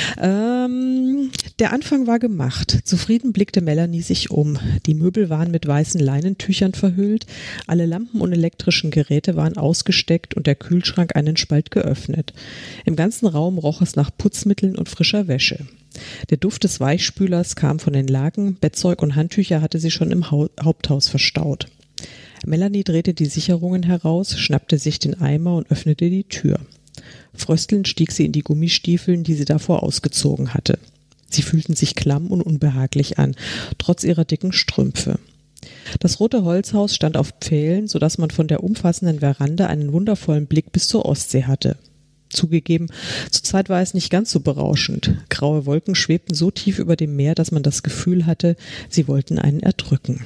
Ähm, der Anfang war gemacht. Zufrieden blickte Melanie sich um. Die Möbel waren mit weißen Leinentüchern verhüllt, alle Lampen und elektrischen Geräte waren ausgesteckt und der Kühlschrank einen Spalt geöffnet. Im ganzen Raum roch es nach Putzmitteln und frischer Wäsche. Der Duft des Weichspülers kam von den Laken, Bettzeug und Handtücher hatte sie schon im Hau- Haupthaus verstaut. Melanie drehte die Sicherungen heraus, schnappte sich den Eimer und öffnete die Tür. Fröstelnd stieg sie in die Gummistiefeln, die sie davor ausgezogen hatte. Sie fühlten sich klamm und unbehaglich an, trotz ihrer dicken Strümpfe. Das rote Holzhaus stand auf Pfählen, sodass man von der umfassenden Veranda einen wundervollen Blick bis zur Ostsee hatte. Zugegeben, zur Zeit war es nicht ganz so berauschend. Graue Wolken schwebten so tief über dem Meer, dass man das Gefühl hatte, sie wollten einen erdrücken.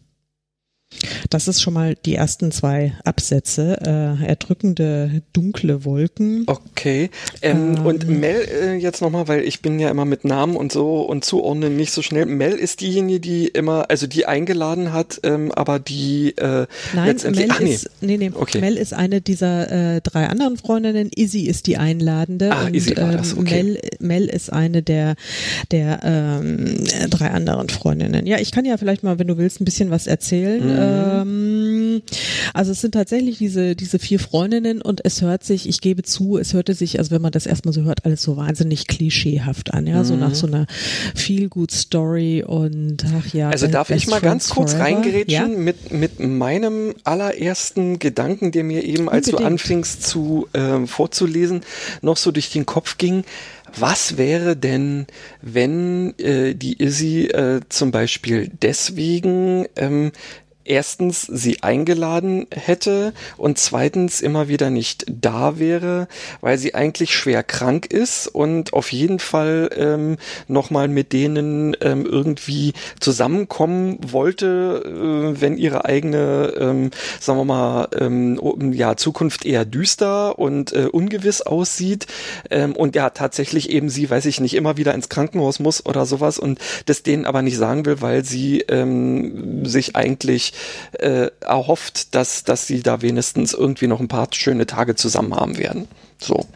Das ist schon mal die ersten zwei Absätze. Äh, erdrückende, dunkle Wolken. Okay. Ähm, ähm, und Mel, äh, jetzt nochmal, weil ich bin ja immer mit Namen und so und zuordnen nicht so schnell. Mel ist diejenige, die immer, also die eingeladen hat, ähm, aber die äh, Nein, letztendlich... Mel ach, nee. ist, nee, nee, Okay. Mel ist eine dieser äh, drei anderen Freundinnen. Izzy ist die Einladende. Ah, und Izzy war das, ähm, okay. Mel, Mel ist eine der, der ähm, drei anderen Freundinnen. Ja, ich kann ja vielleicht mal, wenn du willst, ein bisschen was erzählen. Mhm. Ähm, also es sind tatsächlich diese, diese vier Freundinnen und es hört sich, ich gebe zu, es hörte sich, also wenn man das erstmal so hört, alles so wahnsinnig klischeehaft an, ja, mhm. so nach so einer Feel-Good-Story und ach ja. Also darf ich mal ganz kurz forever. reingerätschen Ja? mit, mit meinem allerersten Gedanken, der mir eben, als Unbedingt. du anfingst zu äh, vorzulesen, noch so durch den Kopf ging. Was wäre denn, wenn äh, die Izzy äh, zum Beispiel deswegen ähm, erstens sie eingeladen hätte und zweitens immer wieder nicht da wäre, weil sie eigentlich schwer krank ist und auf jeden Fall ähm, nochmal mit denen ähm, irgendwie zusammenkommen wollte, äh, wenn ihre eigene, ähm, sagen wir mal, ähm, ja, Zukunft eher düster und äh, ungewiss aussieht ähm, und ja, tatsächlich eben sie, weiß ich nicht, immer wieder ins Krankenhaus muss oder sowas und das denen aber nicht sagen will, weil sie ähm, sich eigentlich Äh, erhofft, dass, dass sie da wenigstens irgendwie noch ein paar schöne Tage zusammen haben werden. So.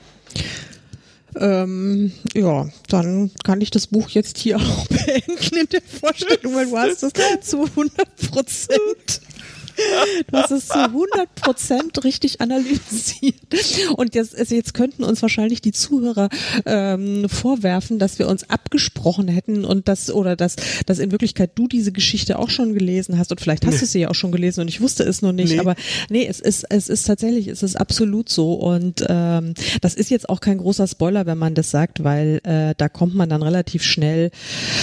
Ähm, ja, dann kann ich das Buch jetzt hier auch beenden in der Vorstellung, weil du hast es zu hundert Prozent. Du hast es zu hundert Prozent richtig analysiert. Und jetzt, also jetzt könnten uns wahrscheinlich die Zuhörer ähm, vorwerfen, dass wir uns abgesprochen hätten und dass, oder dass, dass in Wirklichkeit du diese Geschichte auch schon gelesen hast und vielleicht hast nee. du sie ja auch schon gelesen und ich wusste es noch nicht. Nee. Aber nee, es ist, es ist tatsächlich, es ist absolut so. Und ähm, das ist jetzt auch kein großer Spoiler, wenn man das sagt, weil äh, da kommt man dann relativ schnell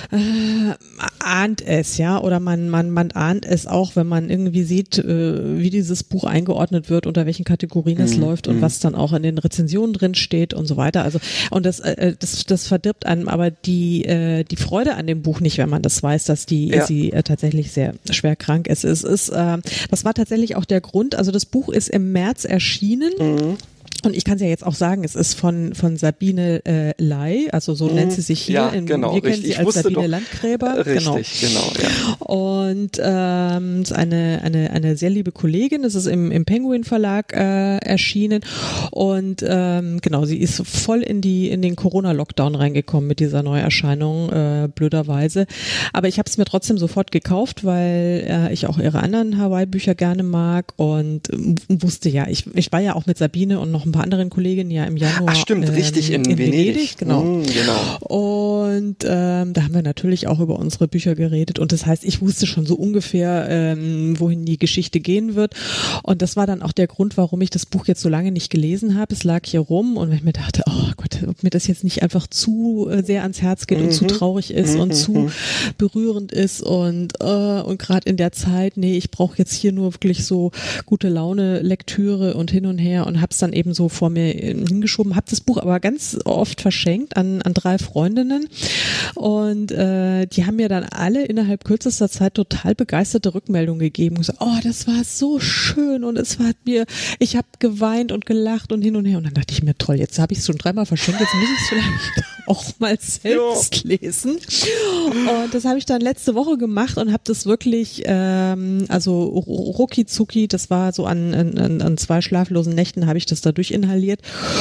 Äh, ahnt es, ja, oder man, man, man ahnt es auch, wenn man irgendwie sieht, äh, wie dieses Buch eingeordnet wird, unter welchen Kategorien es mm, läuft und mm. was dann auch in den Rezensionen drin steht und so weiter. Also, und das, äh, das, das verdirbt einem aber die, äh, die Freude an dem Buch nicht, wenn man das weiß, dass die, ja. sie äh, tatsächlich sehr schwer krank ist. Es ist, äh, das war tatsächlich auch der Grund. Also, das Buch ist im März erschienen. Mm. Und ich kann es ja jetzt auch sagen, es ist von von Sabine äh, Ley, also so mm, nennt sie sich hier. Ja, in, genau, wir kennen richtig. sie als Sabine doch, Landgräber. Richtig, genau. genau ja. Und ähm, ist eine eine eine sehr liebe Kollegin. Es ist im im Penguin Verlag äh, erschienen und ähm, genau, sie ist voll in die in den Corona-Lockdown reingekommen mit dieser Neuerscheinung, äh, blöderweise. Aber ich habe es mir trotzdem sofort gekauft, weil äh, ich auch ihre anderen Hawaii-Bücher gerne mag und äh, wusste ja, ich ich war ja auch mit Sabine und noch ein paar anderen Kolleginnen ja im Januar. Ach stimmt, ähm, richtig, in, in Venedig. Venedig genau. Mm, genau. Und ähm, da haben wir natürlich auch über unsere Bücher geredet und das heißt, ich wusste schon so ungefähr, ähm, wohin die Geschichte gehen wird und das war dann auch der Grund, warum ich das Buch jetzt so lange nicht gelesen habe. Es lag hier rum und wenn ich mir dachte, oh Gott, ob mir das jetzt nicht einfach zu äh, sehr ans Herz geht mhm. und zu traurig ist mhm. und zu berührend ist und äh, und gerade in der Zeit, nee, ich brauche jetzt hier nur wirklich so gute Laune Lektüre und hin und her und hab's dann eben so vor mir hingeschoben, habe das Buch aber ganz oft verschenkt an, an drei Freundinnen und äh, die haben mir dann alle innerhalb kürzester Zeit total begeisterte Rückmeldungen gegeben und gesagt, oh, das war so schön und es war mir, ich habe geweint und gelacht und hin und her und dann dachte ich mir, toll, jetzt habe ich es schon dreimal verschenkt, jetzt muss ich es vielleicht auch mal selbst jo. lesen und das habe ich dann letzte Woche gemacht und habe das wirklich, ähm, also rucki zucki, das war so an, an, an zwei schlaflosen Nächten habe ich das da durchinhaliert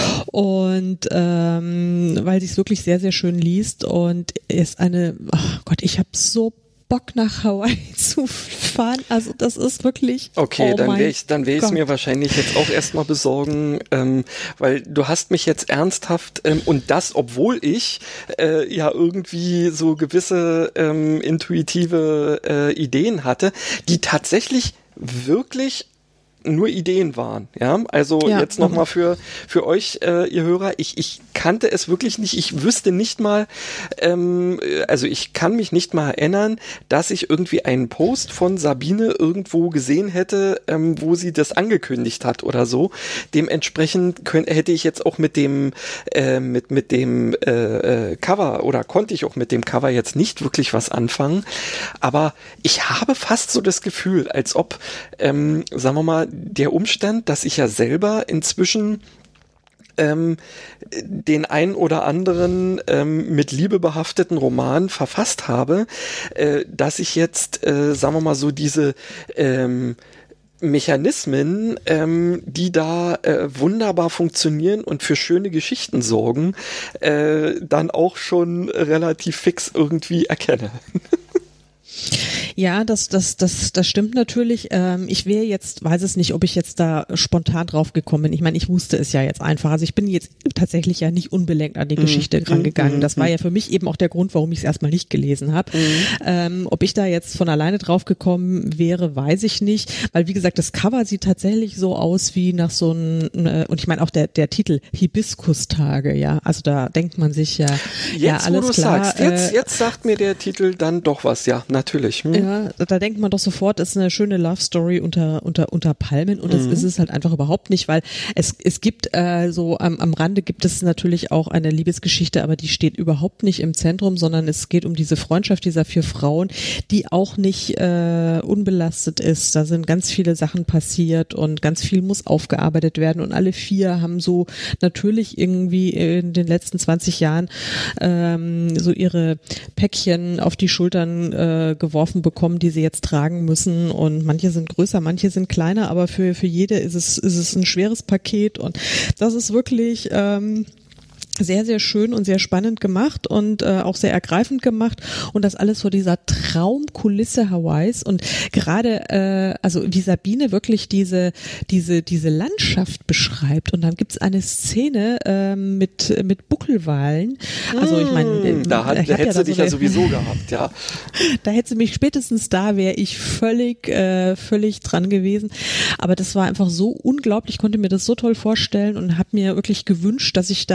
und ähm, weil sie es wirklich sehr, sehr schön liest und ist eine, oh Gott, ich habe so Bock nach Hawaii zu fahren, also das ist wirklich okay, oh dann werde ich dann werde ich es Gott. mir wahrscheinlich jetzt auch erstmal besorgen, ähm, weil du hast mich jetzt ernsthaft ähm, und das, obwohl ich äh, ja irgendwie so gewisse ähm, intuitive äh, Ideen hatte, die tatsächlich wirklich nur Ideen waren, ja, also ja, jetzt nochmal für für euch, äh, ihr Hörer, ich ich kannte es wirklich nicht, ich wüsste nicht mal, ähm, also ich kann mich nicht mal erinnern, dass ich irgendwie einen Post von Sabine irgendwo gesehen hätte, ähm, wo sie das angekündigt hat oder so, dementsprechend könnt, hätte ich jetzt auch mit dem äh, mit mit dem äh, äh, Cover oder konnte ich auch mit dem Cover jetzt nicht wirklich was anfangen, aber ich habe fast so das Gefühl, als ob, ähm, sagen wir mal, der Umstand, dass ich ja selber inzwischen ähm, den ein oder anderen ähm, mit Liebe behafteten Roman verfasst habe, äh, dass ich jetzt, äh, sagen wir mal so, diese ähm, Mechanismen, ähm, die da äh, wunderbar funktionieren und für schöne Geschichten sorgen, äh, dann auch schon relativ fix irgendwie erkenne. Ja, das, das, das, das stimmt natürlich. Ähm, ich wäre jetzt, weiß es nicht, ob ich jetzt da spontan drauf gekommen bin. Ich meine, ich wusste es ja jetzt einfach. Also ich bin jetzt tatsächlich ja nicht unbelenkt an die Geschichte mm, rangegangen. Das war ja für mich eben auch der Grund, warum ich es erstmal nicht gelesen habe. Mm. Ähm, ob ich da jetzt von alleine drauf gekommen wäre, weiß ich nicht. Weil wie gesagt, das Cover sieht tatsächlich so aus wie nach so einem, äh, und ich meine auch der, der Titel Hibiskustage, ja. Also da denkt man sich ja, jetzt, ja alles wo du klar. Sagst, jetzt, äh, jetzt sagt mir der Titel dann doch was, ja, natürlich. Hm. Ja, da denkt man doch sofort, das ist eine schöne Love Story unter unter unter Palmen und das mhm. ist es halt einfach überhaupt nicht, weil es es gibt äh, so am am Rande gibt es natürlich auch eine Liebesgeschichte, aber die steht überhaupt nicht im Zentrum, sondern es geht um diese Freundschaft dieser vier Frauen, die auch nicht äh, unbelastet ist. Da sind ganz viele Sachen passiert und ganz viel muss aufgearbeitet werden und alle vier haben so natürlich irgendwie in den letzten zwanzig Jahren ähm, so ihre Päckchen auf die Schultern äh, geworfen bekommen, die sie jetzt tragen müssen und manche sind größer, manche sind kleiner, aber für für jede ist es ist es ein schweres Paket und das ist wirklich ähm, sehr, sehr schön und sehr spannend gemacht und äh, auch sehr ergreifend gemacht und das alles vor dieser Traumkulisse Hawaiis und gerade, äh, also wie Sabine wirklich diese diese diese Landschaft beschreibt und dann gibt's eine Szene äh, mit mit Buckelwalen. Also ich meine, äh, da, hat, da hätte ja sie dich so ja sowieso gehabt, ja. Da hätte sie mich spätestens da wäre ich völlig äh, völlig dran gewesen. Aber das war einfach so unglaublich, ich konnte mir das so toll vorstellen und habe mir wirklich gewünscht, dass ich da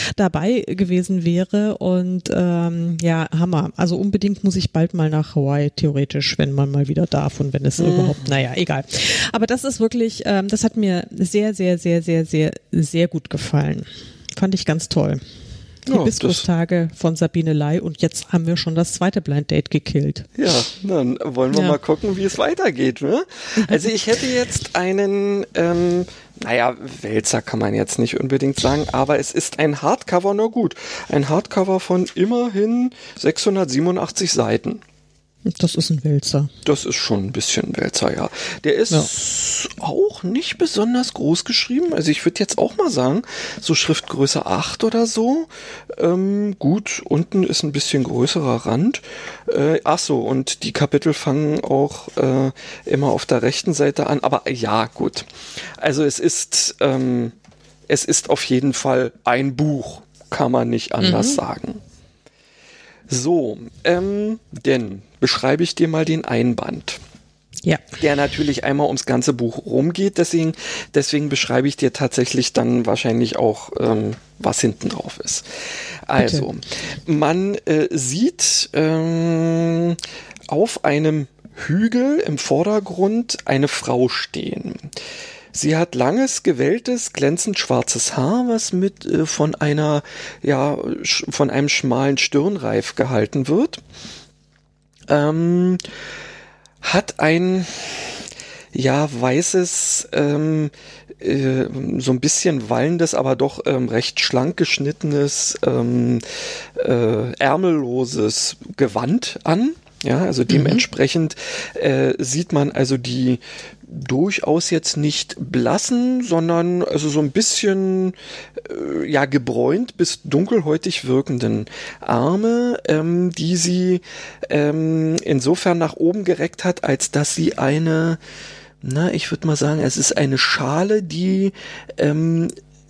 dabei gewesen wäre und ähm, ja, Hammer. Also unbedingt muss ich bald mal nach Hawaii, theoretisch, wenn man mal wieder darf und wenn es mhm. überhaupt, naja, egal. Aber das ist wirklich, ähm, das hat mir sehr, sehr, sehr, sehr, sehr, sehr gut gefallen. Fand ich ganz toll. Ja, Hibiskus-Tage von Sabine Lai und jetzt haben wir schon das zweite Blind Date gekillt. Ja, dann wollen wir ja. mal gucken, wie es weitergeht. Ne? Also ich hätte jetzt einen, ähm, naja, Wälzer kann man jetzt nicht unbedingt sagen, aber es ist ein Hardcover, na gut, ein Hardcover von immerhin sechshundertsiebenundachtzig Seiten. Das ist ein Wälzer. Das ist schon ein bisschen ein Wälzer, ja. Der ist ja. auch nicht besonders groß geschrieben. Also ich würde jetzt auch mal sagen, so Schriftgröße acht oder so. Ähm, gut, unten ist ein bisschen größerer Rand. Äh, ach so, und die Kapitel fangen auch äh, immer auf der rechten Seite an. Aber ja, gut. Also es ist, ähm, es ist auf jeden Fall ein Buch, kann man nicht anders mhm. sagen. So, ähm, denn beschreibe ich dir mal den Einband. Ja. Der natürlich einmal ums ganze Buch rumgeht, deswegen, deswegen beschreibe ich dir tatsächlich dann wahrscheinlich auch, ähm, was hinten drauf ist. Also, Bitte. man äh, sieht ähm, auf einem Hügel im Vordergrund eine Frau stehen. Sie hat langes, gewelltes, glänzend schwarzes Haar, was mit äh, von einer, ja, sch- von einem schmalen Stirnreif gehalten wird. Ähm, hat ein, ja, weißes, ähm, äh, so ein bisschen wallendes, aber doch ähm, recht schlank geschnittenes, ähm, äh, ärmelloses Gewand an. Ja, also dementsprechend äh, sieht man also die durchaus jetzt nicht blassen, sondern also so ein bisschen äh, ja gebräunt bis dunkelhäutig wirkenden Arme, ähm, die sie ähm, insofern nach oben gereckt hat, als dass sie eine, na, ich würde mal sagen, es ist eine Schale, die ähm,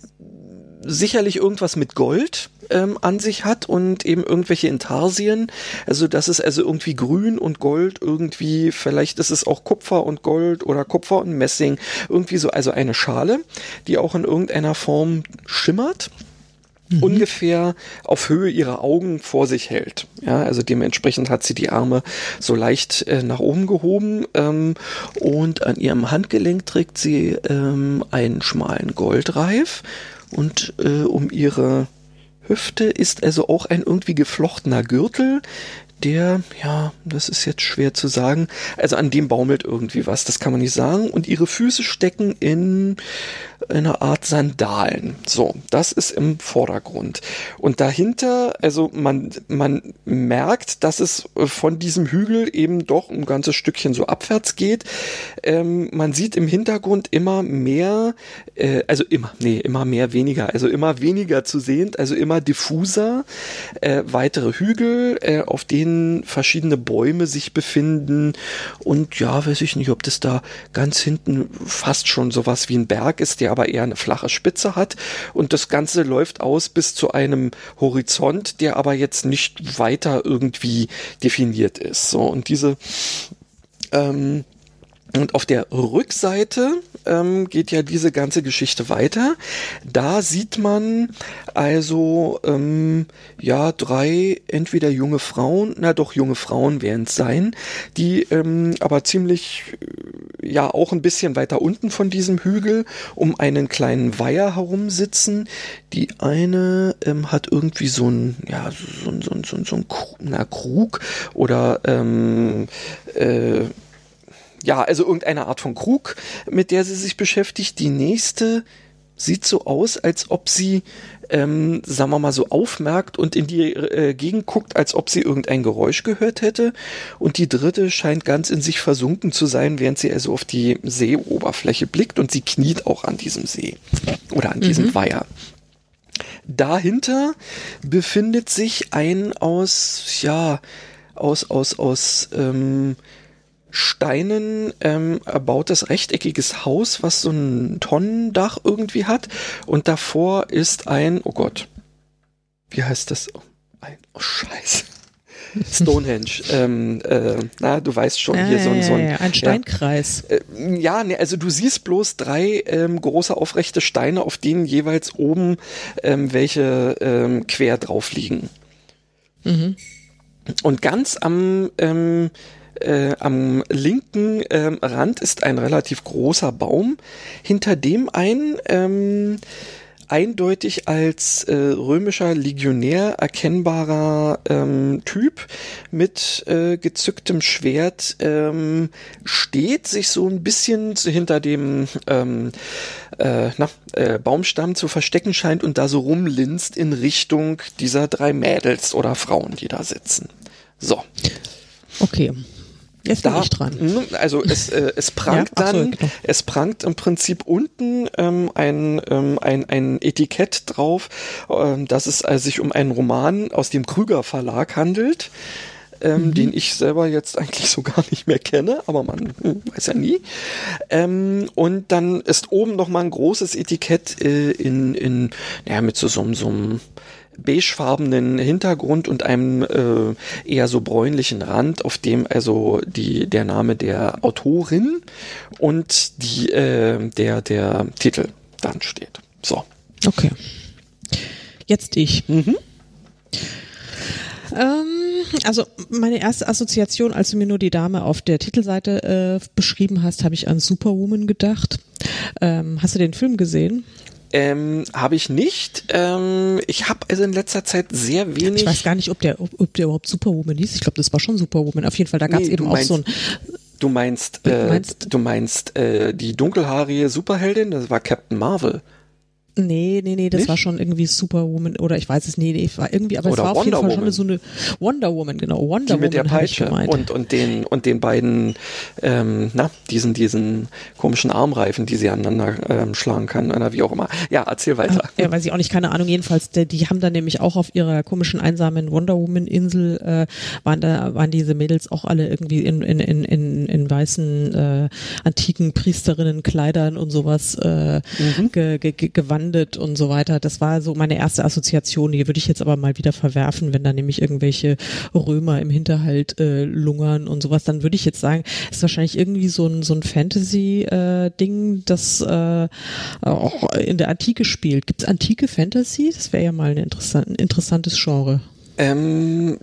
sicherlich irgendwas mit Gold ähm, an sich hat und eben irgendwelche Intarsien, also das ist also irgendwie grün und Gold, irgendwie, vielleicht ist es auch Kupfer und Gold oder Kupfer und Messing, irgendwie so, also eine Schale, die auch in irgendeiner Form schimmert. Mhm. Ungefähr auf Höhe ihrer Augen vor sich hält. Ja, also dementsprechend hat sie die Arme so leicht äh, nach oben gehoben ähm, und an ihrem Handgelenk trägt sie ähm, einen schmalen Goldreif und äh, um ihre Hüfte ist also auch ein irgendwie geflochtener Gürtel, der, ja, das ist jetzt schwer zu sagen, also an dem baumelt irgendwie was, das kann man nicht sagen. Und ihre Füße stecken in einer Art Sandalen. So, das ist im Vordergrund. Und dahinter, also man, man merkt, dass es von diesem Hügel eben doch ein ganzes Stückchen so abwärts geht. Ähm, man sieht im Hintergrund immer mehr, äh, also immer, nee, immer mehr weniger, also immer weniger zu sehen, also immer diffuser, äh, weitere Hügel, äh, auf denen verschiedene Bäume sich befinden und ja, weiß ich nicht, ob das da ganz hinten fast schon sowas wie ein Berg ist, der aber eher eine flache Spitze hat und das Ganze läuft aus bis zu einem Horizont, der aber jetzt nicht weiter irgendwie definiert ist. So, und diese ähm, und auf der Rückseite ähm, geht ja diese ganze Geschichte weiter. Da sieht man also ähm, ja drei entweder junge Frauen, na doch junge Frauen werden es sein, die ähm, aber ziemlich äh, ja auch ein bisschen weiter unten von diesem Hügel um einen kleinen Weiher herum sitzen. Die eine ähm, hat irgendwie so ein ja so ein so ein so ein, so ein na, Krug oder ähm, äh, ja, also irgendeine Art von Krug, mit der sie sich beschäftigt. Die nächste sieht so aus, als ob sie, ähm, sagen wir mal, so aufmerkt und in die äh, Gegend guckt, als ob sie irgendein Geräusch gehört hätte. Und die dritte scheint ganz in sich versunken zu sein, während sie also auf die Seeoberfläche blickt und sie kniet auch an diesem See oder an diesem mhm. Weiher. Dahinter befindet sich ein aus, ja, aus, aus, aus, ähm, Steinen ähm, erbautes rechteckiges Haus, was so ein Tonnendach irgendwie hat und davor ist ein, oh Gott, wie heißt das? Ein, oh Scheiße. Stonehenge. ähm, äh, na, du weißt schon, ja, hier so, ja, so ein... Ja, ein Steinkreis. Ja, äh, ja ne, also du siehst bloß drei ähm, große aufrechte Steine, auf denen jeweils oben ähm, welche ähm, quer drauf liegen. Mhm. Und ganz am... Ähm, Äh, am linken ähm, Rand ist ein relativ großer Baum, hinter dem ein ähm, eindeutig als äh, römischer Legionär erkennbarer ähm, Typ mit äh, gezücktem Schwert ähm, steht, sich so ein bisschen hinter dem ähm, äh, na, äh, Baumstamm zu verstecken scheint und da so rumlinst in Richtung dieser drei Mädels oder Frauen, die da sitzen. So. Okay. Jetzt bin da, ich dran. Also es, äh, es prangt ja? so, dann, genau. es prangt im Prinzip unten ähm, ein, ähm, ein, ein Etikett drauf, ähm, dass es also sich um einen Roman aus dem Krüger Verlag handelt, ähm, mhm. den ich selber jetzt eigentlich so gar nicht mehr kenne, aber man hm, weiß ja nie. Ähm, und dann ist oben nochmal ein großes Etikett äh, in, in, ja, mit so, so, so einem beigefarbenen Hintergrund und einem äh, eher so bräunlichen Rand, auf dem also die der Name der Autorin und die äh, der der Titel dann steht. So. Okay. Jetzt ich. Mhm. Ähm, also meine erste Assoziation, als du mir nur die Dame auf der Titelseite äh, beschrieben hast, habe ich an Superwoman gedacht. Ähm, hast du den Film gesehen? Ähm, habe ich nicht. Ähm, ich habe also in letzter Zeit sehr wenig... Ich weiß gar nicht, ob der, ob, ob der überhaupt Superwoman hieß. Ich glaube, das war schon Superwoman. Auf jeden Fall, da gab es nee, eben meinst, auch so ein... Du meinst, äh, meinst du meinst äh, die dunkelhaarige Superheldin? Das war Captain Marvel. Nee, nee, nee, das Nicht? war schon irgendwie Superwoman oder ich weiß es nicht, nee, war irgendwie, aber oder es war auf Wonder jeden Fall Woman. schon so eine Wonder Woman, genau, Wonder die Woman mit der Peitsche gemeint. und und den und den beiden ähm, na diesen diesen komischen Armreifen, die sie aneinander ähm, schlagen kann oder wie auch immer. Ja, erzähl weiter. Ja, weiß ich auch nicht, keine Ahnung. Jedenfalls, die, die haben dann nämlich auch auf ihrer komischen einsamen Wonder Woman Insel äh, waren da waren diese Mädels auch alle irgendwie in in in in, in weißen äh, antiken Priesterinnen-Kleidern und sowas äh, mhm. ge, ge, gewandet und so weiter. Das war so meine erste Assoziation, die würde ich jetzt aber mal wieder verwerfen, wenn da nämlich irgendwelche Römer im Hinterhalt äh, lungern und sowas, dann würde ich jetzt sagen, ist wahrscheinlich irgendwie so ein so ein Fantasy-Ding, äh, das äh, auch in der Antike spielt. Gibt es antike Fantasy? Das wäre ja mal ein, interessant, ein interessantes Genre. Ähm,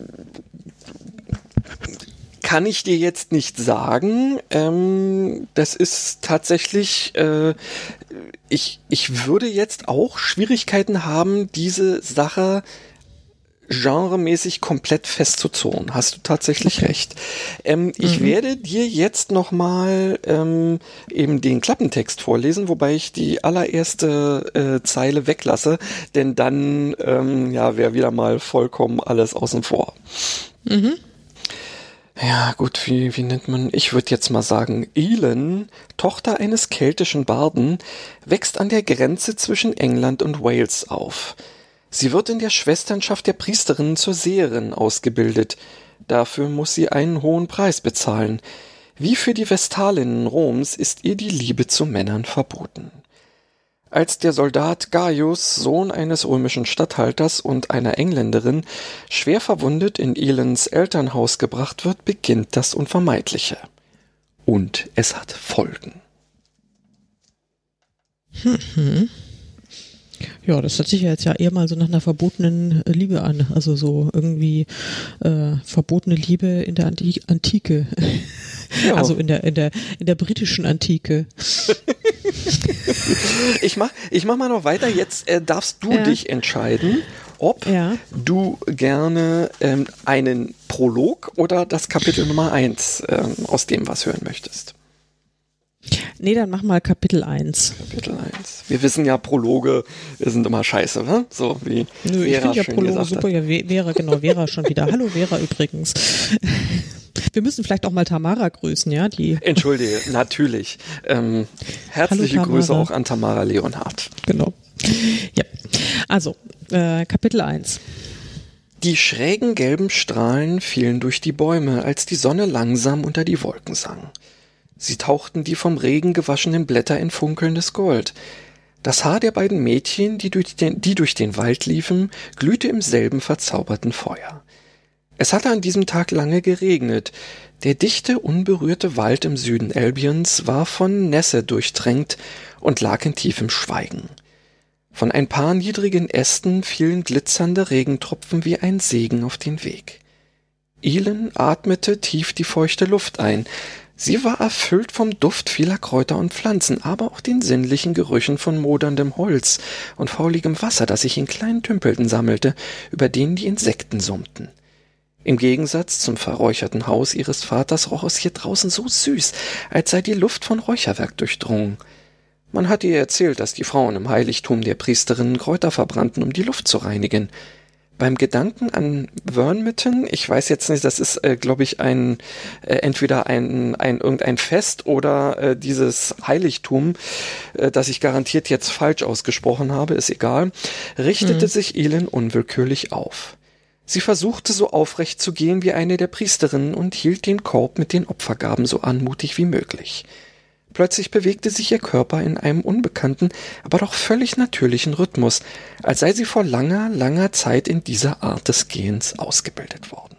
kann ich dir jetzt nicht sagen. Ähm, das ist tatsächlich, äh, ich, ich würde jetzt auch Schwierigkeiten haben, diese Sache genremäßig komplett festzuzurren. Hast du tatsächlich okay. recht. Ähm, mhm. Ich werde dir jetzt nochmal ähm, eben den Klappentext vorlesen, wobei ich die allererste äh, Zeile weglasse, denn dann ähm, ja, wäre wieder mal vollkommen alles außen vor. Mhm. Ja, gut, wie, wie nennt man, ich würde jetzt mal sagen, Elen, Tochter eines keltischen Barden, wächst an der Grenze zwischen England und Wales auf. Sie wird in der Schwesternschaft der Priesterinnen zur Seherin ausgebildet. Dafür muss sie einen hohen Preis bezahlen. Wie für die Vestalinnen Roms ist ihr die Liebe zu Männern verboten. Als der Soldat Gaius, Sohn eines römischen Statthalters und einer Engländerin, schwer verwundet in Elens Elternhaus gebracht wird, beginnt das Unvermeidliche. Und es hat Folgen. Mhm. Ja, das hört sich ja jetzt ja eher mal so nach einer verbotenen Liebe an. Also so irgendwie äh, verbotene Liebe in der Anti- Antike. Ja. Also in der in der in der britischen Antike. ich mach ich mach mal noch weiter. Jetzt äh, darfst du ja. dich entscheiden, ob ja. du gerne ähm, einen Prolog oder das Kapitel Nummer eins ähm, aus dem was hören möchtest. Nee, dann mach mal Kapitel eins. Kapitel eins. Wir wissen ja, Prologe sind immer scheiße, ne? So wie Nö, Vera ich finde ja schön Prologe gesagt super. hat. Ja, Vera, genau, Vera schon wieder. Hallo Vera übrigens. Wir müssen vielleicht auch mal Tamara grüßen, ja? Die Entschuldige, natürlich. Ähm, herzliche Hallo, Grüße auch an Tamara Leonhardt. Genau. Ja. Also, äh, Kapitel eins. Die schrägen gelben Strahlen fielen durch die Bäume, als die Sonne langsam unter die Wolken sang. Sie tauchten die vom Regen gewaschenen Blätter in funkelndes Gold. Das Haar der beiden Mädchen, die durch den, die durch den Wald liefen, glühte im selben verzauberten Feuer. Es hatte an diesem Tag lange geregnet. Der dichte, unberührte Wald im Süden Albions war von Nässe durchtränkt und lag in tiefem Schweigen. Von ein paar niedrigen Ästen fielen glitzernde Regentropfen wie ein Segen auf den Weg. Elin atmete tief die feuchte Luft ein. Sie war erfüllt vom Duft vieler Kräuter und Pflanzen, aber auch den sinnlichen Gerüchen von moderndem Holz und fauligem Wasser, das sich in kleinen Tümpeln sammelte, über denen die Insekten summten. Im Gegensatz zum verräucherten Haus ihres Vaters roch es hier draußen so süß, als sei die Luft von Räucherwerk durchdrungen. Man hatte ihr erzählt, dass die Frauen im Heiligtum der Priesterinnen Kräuter verbrannten, um die Luft zu reinigen. Beim Gedanken an Wormitten, ich weiß jetzt nicht, das ist, äh, glaube ich, ein äh, entweder ein, ein irgendein Fest oder äh, dieses Heiligtum, äh, das ich garantiert jetzt falsch ausgesprochen habe, ist egal, richtete mhm. sich Elin unwillkürlich auf. Sie versuchte so aufrecht zu gehen wie eine der Priesterinnen und hielt den Korb mit den Opfergaben so anmutig wie möglich. Plötzlich bewegte sich ihr Körper in einem unbekannten, aber doch völlig natürlichen Rhythmus, als sei sie vor langer, langer Zeit in dieser Art des Gehens ausgebildet worden.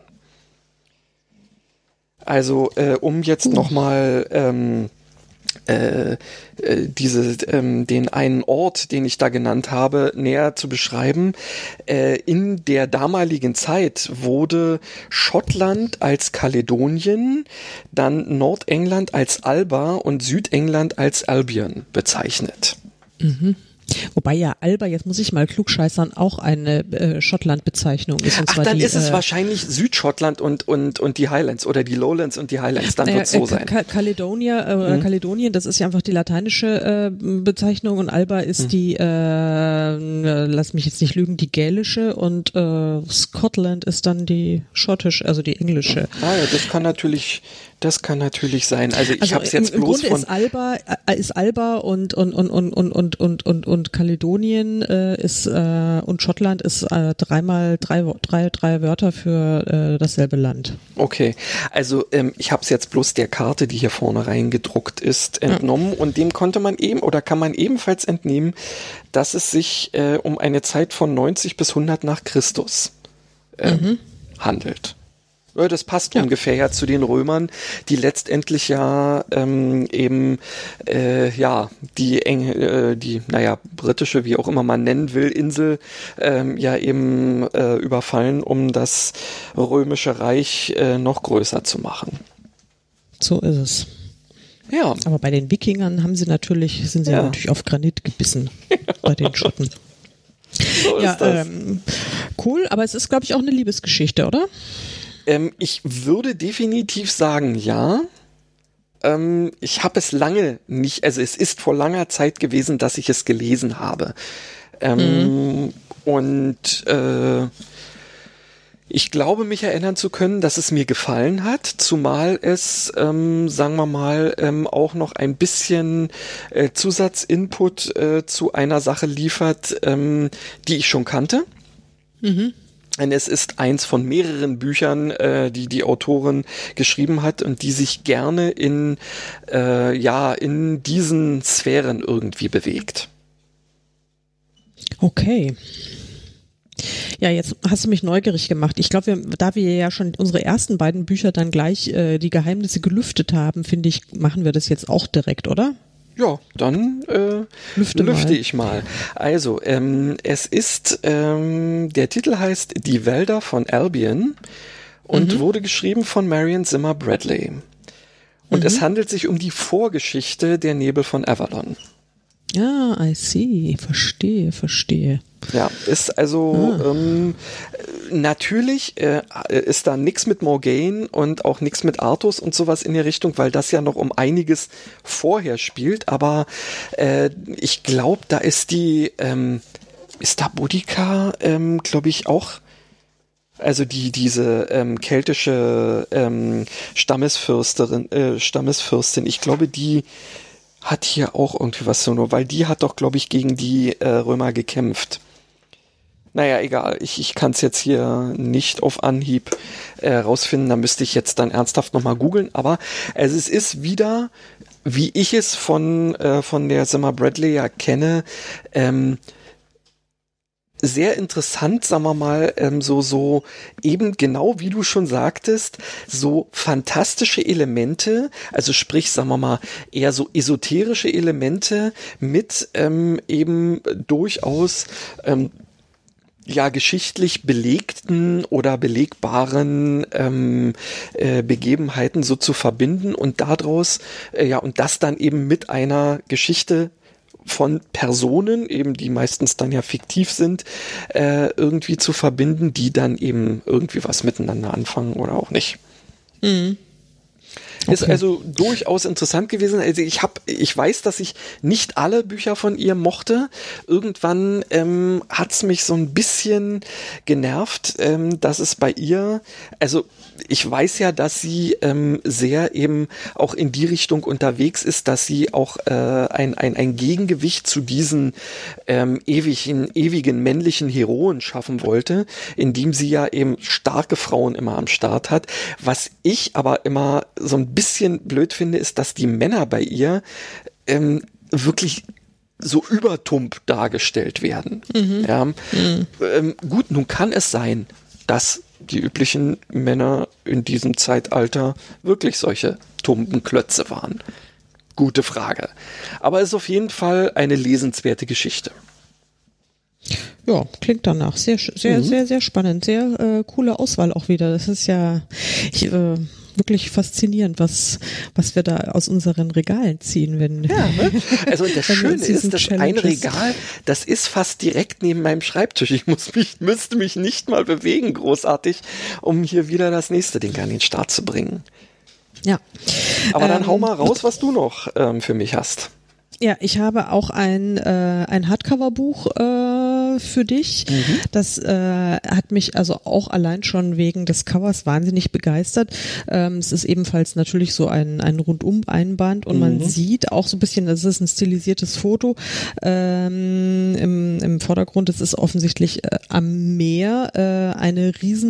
Also, äh, um jetzt uh. nochmal ähm, äh, äh, diese, ähm, den einen Ort, den ich da genannt habe, näher zu beschreiben. Äh, in der damaligen Zeit wurde Schottland als Kaledonien, dann Nordengland als Alba und Südengland als Albion bezeichnet. Mhm. Wobei ja Alba, jetzt muss ich mal klugscheißern, auch eine äh, Schottland-Bezeichnung ist. Und Ach, zwar dann die, ist es äh, wahrscheinlich Südschottland und, und, und die Highlands oder die Lowlands und die Highlands, dann naja, wird es so äh, sein. Ka- Caledonia äh, oder mhm. Kaledonien, das ist ja einfach die lateinische äh, Bezeichnung und Alba ist mhm. die, äh, lass mich jetzt nicht lügen, die gälische und äh, Scotland ist dann die schottische, also die englische. Ah ja, das kann natürlich... Das kann natürlich sein. Also ich also habe es jetzt im, im bloß Grunde von ist Alba äh, ist Alba und und und und und und und und, und Kaledonien äh, ist äh, und Schottland ist äh, dreimal drei drei drei Wörter für äh, dasselbe Land. Okay, also ähm, ich habe es jetzt bloß der Karte, die hier vorne reingedruckt ist, entnommen ja. Und dem konnte man eben oder kann man ebenfalls entnehmen, dass es sich äh, um eine Zeit von neunzig bis hundert nach Christus äh, mhm. handelt. Das passt ja. ungefähr ja zu den Römern, die letztendlich ja ähm, eben äh, ja die eng, äh, die naja britische, wie auch immer man nennen will, Insel ähm, ja eben äh, überfallen, um das römische Reich äh, noch größer zu machen. So ist es. Ja. Aber bei den Wikingern haben sie natürlich sind sie ja. natürlich auf Granit gebissen bei den Schotten. So ja, ist das. Ähm, cool. Aber es ist, glaube ich, auch eine Liebesgeschichte, oder? Ähm, ich würde definitiv sagen, ja. Ähm, ich habe es lange nicht, also es ist vor langer Zeit gewesen, dass ich es gelesen habe. Ähm, mhm. Und äh, ich glaube, mich erinnern zu können, dass es mir gefallen hat, zumal es, ähm, sagen wir mal, ähm, auch noch ein bisschen äh, Zusatzinput äh, zu einer Sache liefert, ähm, die ich schon kannte. Mhm. Denn es ist eins von mehreren Büchern, äh, die die Autorin geschrieben hat und die sich gerne in äh, ja in diesen Sphären irgendwie bewegt. Okay. Ja, jetzt hast du mich neugierig gemacht. Ich glaube, da wir ja schon unsere ersten beiden Bücher dann gleich äh, die Geheimnisse gelüftet haben, finde ich, machen wir das jetzt auch direkt, oder? Ja, dann äh, lüfte, lüfte mal. ich mal. Also, ähm, es ist, ähm, der Titel heißt Die Wälder von Albion und mhm. wurde geschrieben von Marion Zimmer Bradley. Und mhm. es handelt sich um die Vorgeschichte der Nebel von Avalon. Ja, I see. Verstehe, verstehe. Ja, ist also ah. ähm, natürlich äh, ist da nichts mit Morgaine und auch nichts mit Artus und sowas in der Richtung, weil das ja noch um einiges vorher spielt, aber äh, ich glaube, da ist die ähm, ist da Boudica, ähm, glaube ich, auch also die diese ähm, keltische ähm, Stammesfürsterin, äh, Stammesfürstin, ich glaube, die hat hier auch irgendwie was so, nur weil die hat doch, glaube ich, gegen die äh, Römer gekämpft. Naja, egal, ich, ich kann es jetzt hier nicht auf Anhieb äh, rausfinden, da müsste ich jetzt dann ernsthaft nochmal googeln, aber also es ist wieder, wie ich es von, äh, von der Zimmer Bradley ja kenne, ähm, sehr interessant, sagen wir mal, ähm, so, so eben genau wie du schon sagtest, so fantastische Elemente, also sprich, sagen wir mal, eher so esoterische Elemente mit ähm, eben durchaus ähm, ja geschichtlich belegten oder belegbaren ähm, äh, Begebenheiten so zu verbinden und daraus äh, ja und das dann eben mit einer Geschichte von Personen, eben die meistens dann ja fiktiv sind, äh, irgendwie zu verbinden, die dann eben irgendwie was miteinander anfangen oder auch nicht. Mhm. Okay. Ist also durchaus interessant gewesen. Also ich habe, ich weiß, dass ich nicht alle Bücher von ihr mochte. Irgendwann ähm, hat's mich so ein bisschen genervt, ähm, dass es bei ihr, also ich weiß ja, dass sie ähm, sehr eben auch in die Richtung unterwegs ist, dass sie auch äh, ein, ein, ein Gegengewicht zu diesen ähm, ewigen, ewigen männlichen Heroen schaffen wollte, indem sie ja eben starke Frauen immer am Start hat. Was ich aber immer so ein bisschen blöd finde, ist, dass die Männer bei ihr ähm, wirklich so übertump dargestellt werden. Mhm. Ja, mhm. Ähm, gut, nun kann es sein, dass die üblichen Männer in diesem Zeitalter wirklich solche tumpen Klötze waren. Gute Frage. Aber es ist auf jeden Fall eine lesenswerte Geschichte. Ja, klingt danach. Sehr, sehr, mhm. sehr, sehr spannend. Sehr äh, coole Auswahl auch wieder. Das ist ja ich, äh, wirklich faszinierend, was, was wir da aus unseren Regalen ziehen, wenn. Ja, ne? Also das Schöne ist, dass ein Regal, das ist fast direkt neben meinem Schreibtisch. Ich muss mich, müsste mich nicht mal bewegen, großartig, um hier wieder das nächste Ding an den Start zu bringen. Ja. Aber dann ähm, hau mal raus, was du noch ähm, für mich hast. Ja, ich habe auch ein, äh, ein Hardcover-Buch äh, für dich. Mhm. Das äh, hat mich also auch allein schon wegen des Covers wahnsinnig begeistert. Ähm, es ist ebenfalls natürlich so ein, ein Rundum-Einband und mhm. man sieht auch so ein bisschen, das ist ein stilisiertes Foto ähm, im, im Vordergrund. Es ist offensichtlich äh, am Meer äh, eine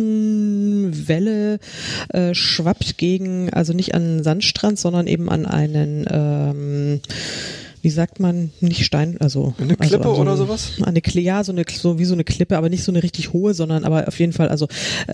Riesenwelle äh, schwappt gegen, also nicht an einen Sandstrand, sondern eben an einen ähm, wie sagt man, nicht Stein, also eine Klippe also, also oder sowas? Eine ja, so eine so wie so eine Klippe, aber nicht so eine richtig hohe, sondern aber auf jeden Fall also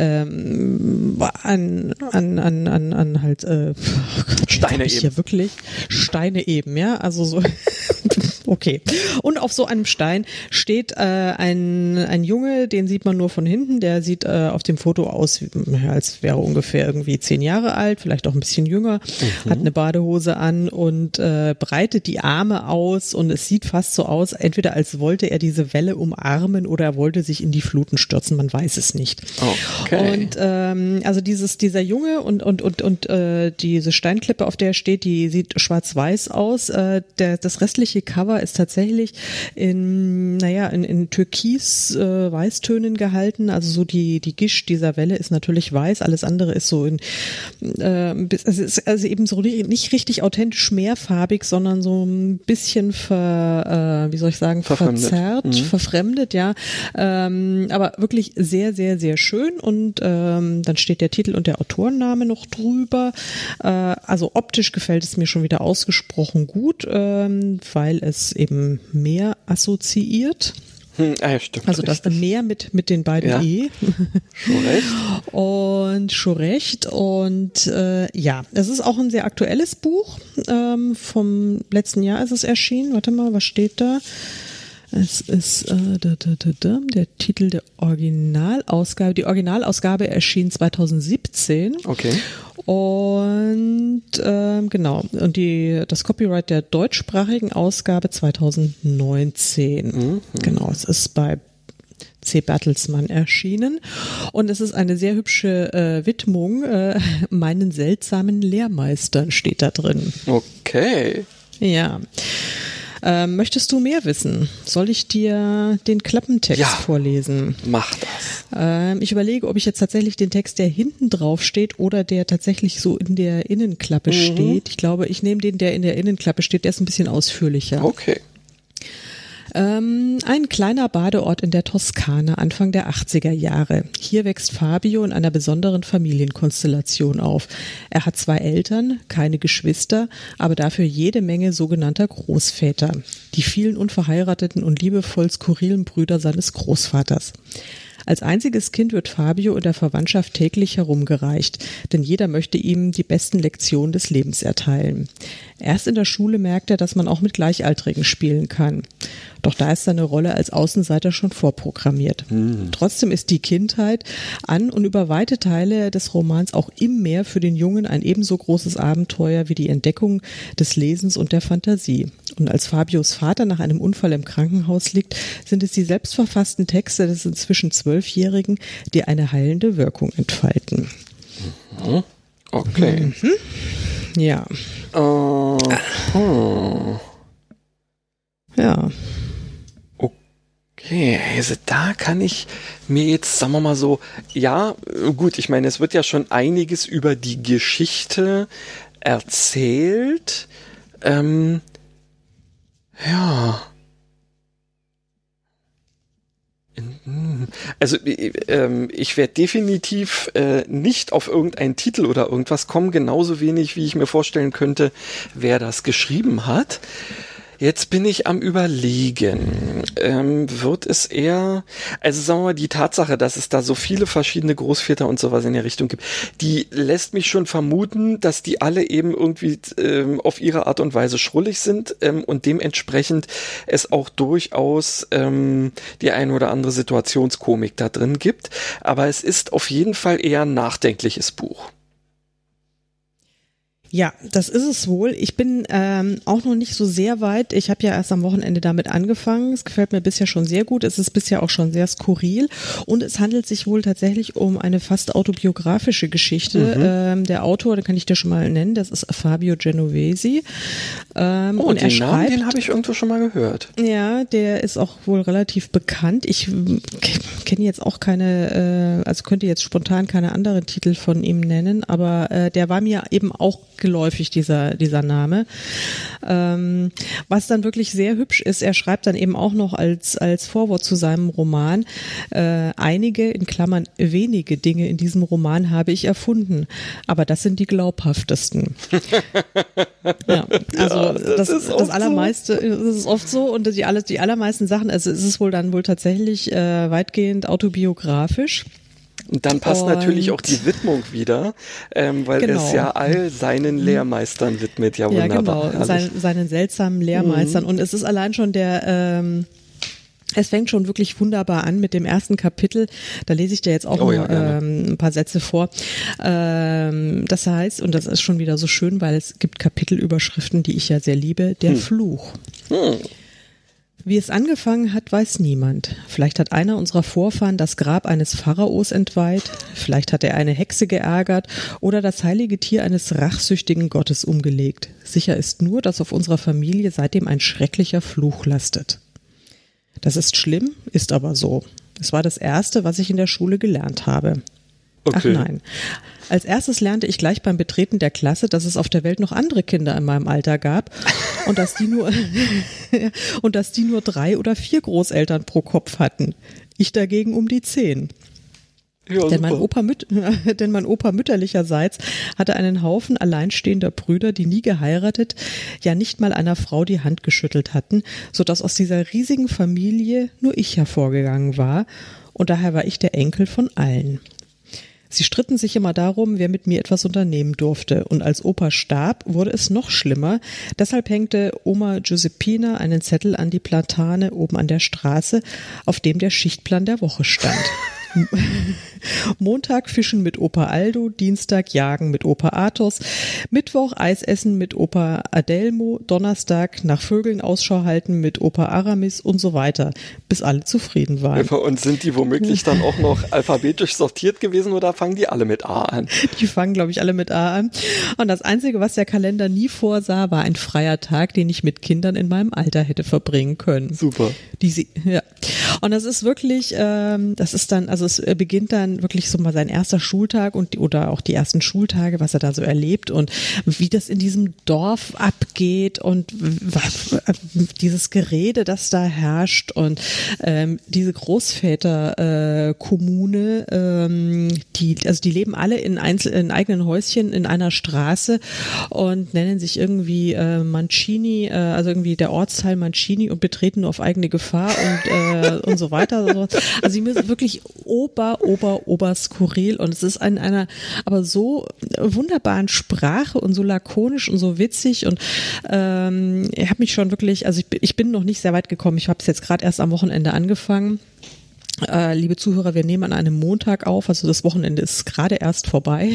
ähm, an an an an an halt äh, Steine eben. Hier wirklich Steine eben, ja, also so okay. Und auf so einem Stein steht äh, ein ein Junge, den sieht man nur von hinten, der sieht äh, auf dem Foto aus, als wäre ungefähr irgendwie zehn Jahre alt, vielleicht auch ein bisschen jünger, mhm. hat eine Badehose an und äh, breitet die Arme aus und es sieht fast so aus, entweder als wollte er diese Welle umarmen oder er wollte sich in die Fluten stürzen, man weiß es nicht. Okay. Und ähm, also dieses dieser Junge und und und und äh, diese Steinklippe, auf der er steht, die sieht schwarz-weiß aus. Äh, der das restliche Cover ist tatsächlich in naja in, in Türkis äh, Weißtönen gehalten, also so die die Gischt dieser Welle ist natürlich weiß, alles andere ist so in äh, also, ist also eben so nicht richtig authentisch mehrfarbig, sondern so ein bisschen ver, äh, wie soll ich sagen, verfremdet. verzerrt, Mhm. verfremdet, ja. Ähm, aber wirklich sehr, sehr, sehr schön und ähm, dann steht der Titel und der Autorenname noch drüber. Äh, also optisch gefällt es mir schon wieder ausgesprochen gut, ähm, weil es eben mehr assoziiert. Hm, ah ja, stimmt, also das Meer mit mit den beiden ja. E. Schon recht. Und schon recht. Und äh, ja, es ist auch ein sehr aktuelles Buch. Ähm, vom letzten Jahr ist es erschienen. Warte mal, was steht da? Es ist äh, da, da, da, da, der Titel der Originalausgabe. Die Originalausgabe erschien zwanzig siebzehn. Okay. Und ähm, genau, und die das Copyright der deutschsprachigen Ausgabe zwanzig neunzehn. Mhm. Genau, es ist bei C. Bertelsmann erschienen und es ist eine sehr hübsche äh, Widmung äh, meinen seltsamen Lehrmeistern steht da drin. Okay. Ja. Ähm, möchtest du mehr wissen? Soll ich dir den Klappentext ja, vorlesen? Mach das. Ähm, ich überlege, ob ich jetzt tatsächlich den Text, der hinten drauf steht oder der tatsächlich so in der Innenklappe mhm. steht. Ich glaube, ich nehme den, der in der Innenklappe steht, der ist ein bisschen ausführlicher. Okay. Ähm, ein kleiner Badeort in der Toskana Anfang der achtziger Jahre. Hier wächst Fabio in einer besonderen Familienkonstellation auf. Er hat zwei Eltern, keine Geschwister, aber dafür jede Menge sogenannter Großväter. Die vielen unverheirateten und liebevoll skurrilen Brüder seines Großvaters. Als einziges Kind wird Fabio in der Verwandtschaft täglich herumgereicht, denn jeder möchte ihm die besten Lektionen des Lebens erteilen. Erst in der Schule merkt er, dass man auch mit Gleichaltrigen spielen kann. Doch da ist seine Rolle als Außenseiter schon vorprogrammiert. Hm. Trotzdem ist die Kindheit an und über weite Teile des Romans auch im Meer für den Jungen ein ebenso großes Abenteuer wie die Entdeckung des Lesens und der Fantasie. Und als Fabios Vater nach einem Unfall im Krankenhaus liegt, sind es die selbstverfassten Texte des inzwischen Zwölfjährigen, die eine heilende Wirkung entfalten. Okay. Mhm. Ja. Uh, oh. Ja. Okay, also da kann ich mir jetzt, sagen wir mal so, ja, gut, ich meine, es wird ja schon einiges über die Geschichte erzählt. Ähm, ja. Also ähm, ich werde definitiv äh, nicht auf irgendeinen Titel oder irgendwas kommen, genauso wenig, wie ich mir vorstellen könnte, wer das geschrieben hat. Jetzt bin ich am Überlegen, ähm, wird es eher, also sagen wir mal, die Tatsache, dass es da so viele verschiedene Großväter und sowas in der Richtung gibt, die lässt mich schon vermuten, dass die alle eben irgendwie ähm, auf ihre Art und Weise schrullig sind ähm, und dementsprechend es auch durchaus ähm, die eine oder andere Situationskomik da drin gibt. Aber es ist auf jeden Fall eher ein nachdenkliches Buch. Ja, das ist es wohl. Ich bin ähm, auch noch nicht so sehr weit. Ich habe ja erst am Wochenende damit angefangen. Es gefällt mir bisher schon sehr gut. Es ist bisher auch schon sehr skurril. Und es handelt sich wohl tatsächlich um eine fast autobiografische Geschichte. Mhm. Ähm, der Autor, den kann ich dir schon mal nennen, das ist Fabio Genovesi. Ähm, oh, und den er Namen, schreibt, den habe ich irgendwo schon mal gehört. Ja, der ist auch wohl relativ bekannt. Ich kenne jetzt auch keine, äh, also könnte jetzt spontan keine anderen Titel von ihm nennen, aber äh, der war mir eben auch geläufig, dieser, dieser Name. Ähm, was dann wirklich sehr hübsch ist, er schreibt dann eben auch noch als, als Vorwort zu seinem Roman, äh, einige, in Klammern wenige Dinge in diesem Roman habe ich erfunden, aber das sind die glaubhaftesten. Ja, also ja, das, das, ist das allermeiste, so. das ist oft so und die, alle, die allermeisten Sachen, also es ist wohl dann wohl tatsächlich äh, weitgehend autobiografisch. Und dann passt und natürlich auch die Widmung wieder, ähm, weil genau. es ja all seinen Lehrmeistern widmet. Ja, wunderbar. Ja, genau, Sein, seinen seltsamen Lehrmeistern. Mhm. Und es ist allein schon der... Ähm, Es fängt schon wirklich wunderbar an mit dem ersten Kapitel. Da lese ich dir jetzt auch oh, noch ja, ähm, ein paar Sätze vor. Ähm, das heißt, und das ist schon wieder so schön, weil es gibt Kapitelüberschriften, die ich ja sehr liebe, der hm. Fluch. Hm. Wie es angefangen hat, weiß niemand. Vielleicht hat einer unserer Vorfahren das Grab eines Pharaos entweiht, vielleicht hat er eine Hexe geärgert oder das heilige Tier eines rachsüchtigen Gottes umgelegt. Sicher ist nur, dass auf unserer Familie seitdem ein schrecklicher Fluch lastet. Das ist schlimm, ist aber so. Es war das Erste, was ich in der Schule gelernt habe. Okay. Ach nein. Als erstes lernte ich gleich beim Betreten der Klasse, dass es auf der Welt noch andere Kinder in meinem Alter gab und dass die nur und dass die nur drei oder vier Großeltern pro Kopf hatten. Ich dagegen um die zehn. Ja, denn, mein Opa müt- denn mein Opa mütterlicherseits hatte einen Haufen alleinstehender Brüder, die nie geheiratet, ja nicht mal einer Frau die Hand geschüttelt hatten, sodass aus dieser riesigen Familie nur ich hervorgegangen war und daher war ich der Enkel von allen. Sie stritten sich immer darum, wer mit mir etwas unternehmen durfte und als Opa starb, wurde es noch schlimmer. Deshalb hängte Oma Giuseppina einen Zettel an die Platane oben an der Straße, auf dem der Schichtplan der Woche stand. Montag Fischen mit Opa Aldo, Dienstag Jagen mit Opa Athos, Mittwoch Eisessen mit Opa Adelmo, Donnerstag nach Vögeln Ausschau halten mit Opa Aramis und so weiter, bis alle zufrieden waren. Und sind die womöglich dann auch noch alphabetisch sortiert gewesen oder fangen die alle mit A an? Die fangen, glaube ich, alle mit A an. Und das Einzige, was der Kalender nie vorsah, war ein freier Tag, den ich mit Kindern in meinem Alter hätte verbringen können. Super. Die sie, ja. Und das ist wirklich, ähm, das ist dann, also es beginnt dann wirklich so mal sein erster Schultag und oder auch die ersten Schultage, was er da so erlebt und wie das in diesem Dorf abgeht und was, dieses Gerede, das da herrscht und ähm, diese Großväterkommune, äh, ähm, die, also die leben alle in, Einzel in eigenen Häuschen in einer Straße und nennen sich irgendwie äh, Mancini, äh, also irgendwie der Ortsteil Mancini und betreten nur auf eigene Gefahr und äh, und so weiter. Also sie müssen wirklich ober, ober, ober skurril und es ist in einer aber so wunderbaren Sprache und so lakonisch und so witzig und ähm, ich habe mich schon wirklich, also ich, ich bin noch nicht sehr weit gekommen, ich habe es jetzt gerade erst am Wochenende angefangen. Äh, liebe Zuhörer, wir nehmen an einem Montag auf, also das Wochenende ist gerade erst vorbei.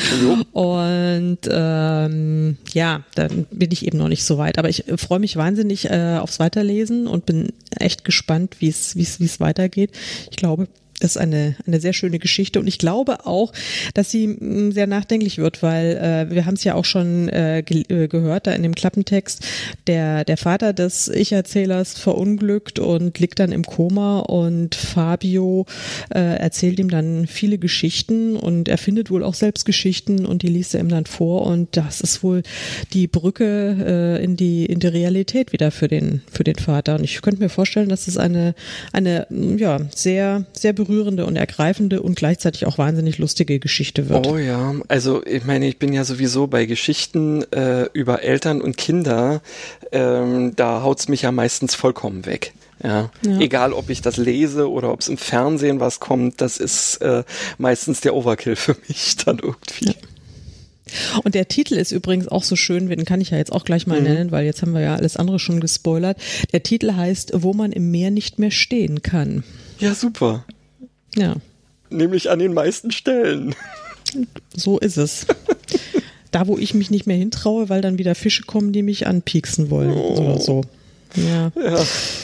Und ähm, ja, dann bin ich eben noch nicht so weit. Aber ich freue mich wahnsinnig äh, aufs Weiterlesen und bin echt gespannt, wie es wie es wie es weitergeht. Ich glaube, das ist eine eine sehr schöne Geschichte und ich glaube auch, dass sie mh, sehr nachdenklich wird, weil äh, wir haben es ja auch schon äh, ge äh, gehört da in dem Klappentext, der der Vater des Ich-Erzählers verunglückt und liegt dann im Koma und Fabio äh, erzählt ihm dann viele Geschichten und er findet wohl auch selbst Geschichten und die liest er ihm dann vor und das ist wohl die Brücke äh, in die in die Realität wieder für den für den Vater und ich könnte mir vorstellen, dass es eine eine ja sehr sehr berührende und ergreifende und gleichzeitig auch wahnsinnig lustige Geschichte wird. Oh ja, also ich meine, ich bin ja sowieso bei Geschichten äh, über Eltern und Kinder, ähm, da haut's mich ja meistens vollkommen weg. Ja. Ja. Egal, ob ich das lese oder ob es im Fernsehen was kommt, das ist äh, meistens der Overkill für mich dann irgendwie. Ja. Und der Titel ist übrigens auch so schön, den kann ich ja jetzt auch gleich mal mhm. nennen, weil jetzt haben wir ja alles andere schon gespoilert. Der Titel heißt, wo man im Meer nicht mehr stehen kann. Ja, super. Ja. Nämlich an den meisten Stellen. So ist es. Da, wo ich mich nicht mehr hintraue, weil dann wieder Fische kommen, die mich anpieksen wollen oh. oder so. Ja. ja.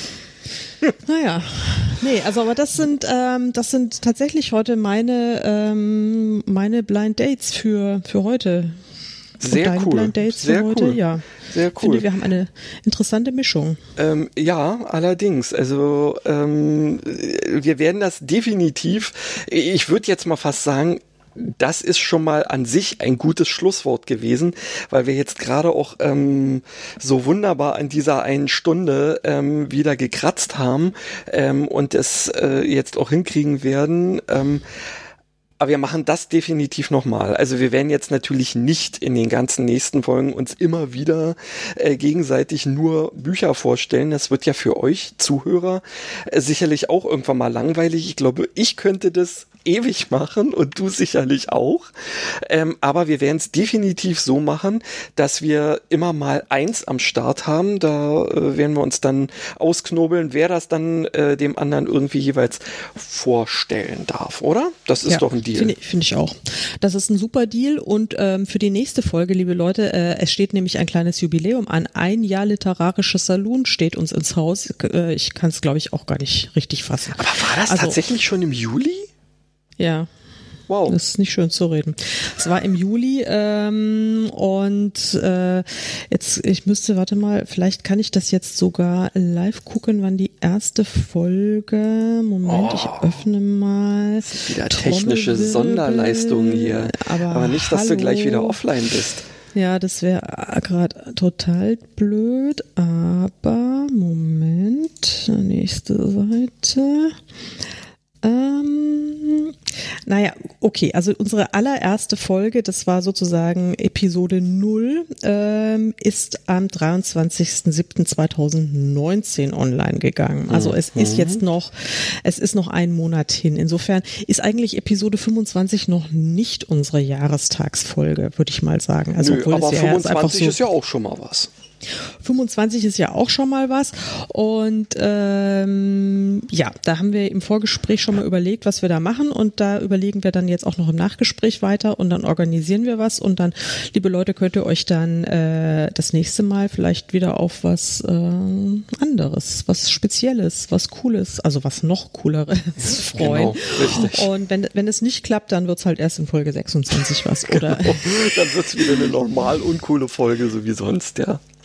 Naja, nee, also aber das sind ähm, das sind tatsächlich heute meine ähm, meine Blind Dates für für heute. Sehr deine cool. Blind Dates Sehr für heute, cool. ja. Sehr cool. Ich finde, wir haben eine interessante Mischung. Ähm, ja, allerdings. Also ähm, wir werden das definitiv, ich würde jetzt mal fast sagen, das ist schon mal an sich ein gutes Schlusswort gewesen, weil wir jetzt gerade auch ähm, so wunderbar an dieser einen Stunde ähm, wieder gekratzt haben ähm, und es äh, jetzt auch hinkriegen werden. Ähm, Aber wir machen das definitiv nochmal. Also wir werden jetzt natürlich nicht in den ganzen nächsten Folgen uns immer wieder äh, gegenseitig nur Bücher vorstellen. Das wird ja für euch Zuhörer äh, sicherlich auch irgendwann mal langweilig. Ich glaube, ich könnte das ewig machen und du sicherlich auch. Ähm, aber wir werden es definitiv so machen, dass wir immer mal eins am Start haben. Da äh, werden wir uns dann ausknobeln, wer das dann äh, dem anderen irgendwie jeweils vorstellen darf, oder? Das ist ja, doch ein Deal. Finde find ich auch. Das ist ein super Deal und ähm, für die nächste Folge, liebe Leute, äh, es steht nämlich ein kleines Jubiläum an. Ein Jahr literarisches Saloon steht uns ins Haus. Äh, ich kann es, glaube ich, auch gar nicht richtig fassen. Aber war das also, tatsächlich schon im Juli? Ja. Wow. Das ist nicht schön zu reden. Es war im Juli ähm, und äh, jetzt, ich müsste, warte mal, vielleicht kann ich das jetzt sogar live gucken, wann die erste Folge, Moment, oh, ich öffne mal. Das sind wieder technische Sonderleistungen hier. Aber, aber nicht, dass hallo. Du gleich wieder offline bist. Ja, das wäre gerade total blöd, aber Moment, nächste Seite. Ähm, naja, okay, also unsere allererste Folge, das war sozusagen Episode null, ähm, ist am dreiundzwanzigsten siebten zweitausendneunzehn online gegangen. Also es mhm. ist jetzt noch, es ist noch ein Monat hin. Insofern ist eigentlich Episode fünfundzwanzig noch nicht unsere Jahrestagsfolge, würde ich mal sagen. Also, Nö, aber ja fünfundzwanzig so ist ja auch schon mal was. fünfundzwanzig ist ja auch schon mal was und ähm, ja, da haben wir im Vorgespräch schon mal überlegt, was wir da machen und da überlegen wir dann jetzt auch noch im Nachgespräch weiter und dann organisieren wir was und dann, liebe Leute, könnt ihr euch dann äh, das nächste Mal vielleicht wieder auf was äh, anderes, was Spezielles, was Cooles, also was noch Cooleres freuen. Genau, richtig. Und wenn, wenn es nicht klappt, dann wird's halt erst in Folge sechsundzwanzig was, oder? Genau. Dann wird's wieder eine normal uncoole Folge, so wie sonst, ja.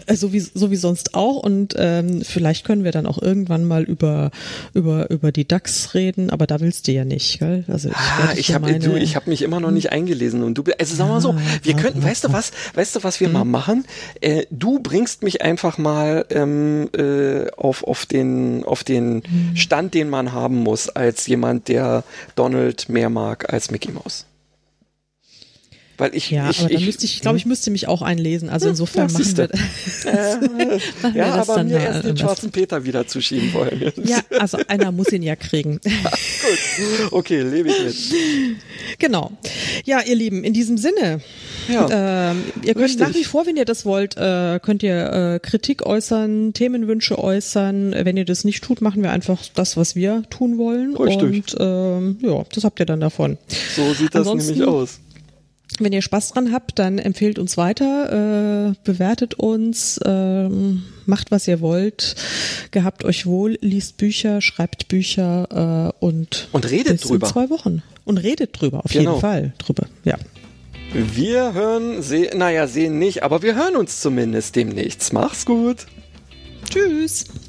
So wie, so wie sonst auch und ähm, vielleicht können wir dann auch irgendwann mal über über über die D A X reden, aber da willst du ja nicht, gell? Also ich, ah, ich habe meine... du, ich habe mich immer noch nicht eingelesen und du, also sag mal so, wir ah, könnten, ah, weißt du was, weißt du was wir hm. mal machen? Äh, du bringst mich einfach mal ähm, äh, auf auf den auf den hm. Stand, den man haben muss als jemand, der Donald mehr mag als Mickey Mouse. Weil ich, ja, ich, aber dann ich, müsste ich, ich glaube, ich müsste mich auch einlesen. Also insofern ja, machen wir, äh, machen wir ja, das aber dann mir da erst den anders. schwarzen Peter wieder zuschieben wollen. Ja, also einer muss ihn ja kriegen. Gut, okay, lebe ich mit. Genau. Ja, ihr Lieben, in diesem Sinne, ja, ähm, ihr könnt richtig. nach wie vor, wenn ihr das wollt, äh, könnt ihr äh, Kritik äußern, Themenwünsche äußern. Wenn ihr das nicht tut, machen wir einfach das, was wir tun wollen. Richtig. Und ähm, ja, das habt ihr dann davon. So sieht das Ansonsten, nämlich aus. Wenn ihr Spaß dran habt, dann empfehlt uns weiter, äh, bewertet uns, ähm, macht was ihr wollt, gehabt euch wohl, liest Bücher, schreibt Bücher äh, und und redet bis drüber. In zwei Wochen und redet drüber, auf genau. jeden Fall drüber, ja. Wir hören, sehen, naja, sehen nicht, aber wir hören uns zumindest demnächst. Mach's gut. Tschüss.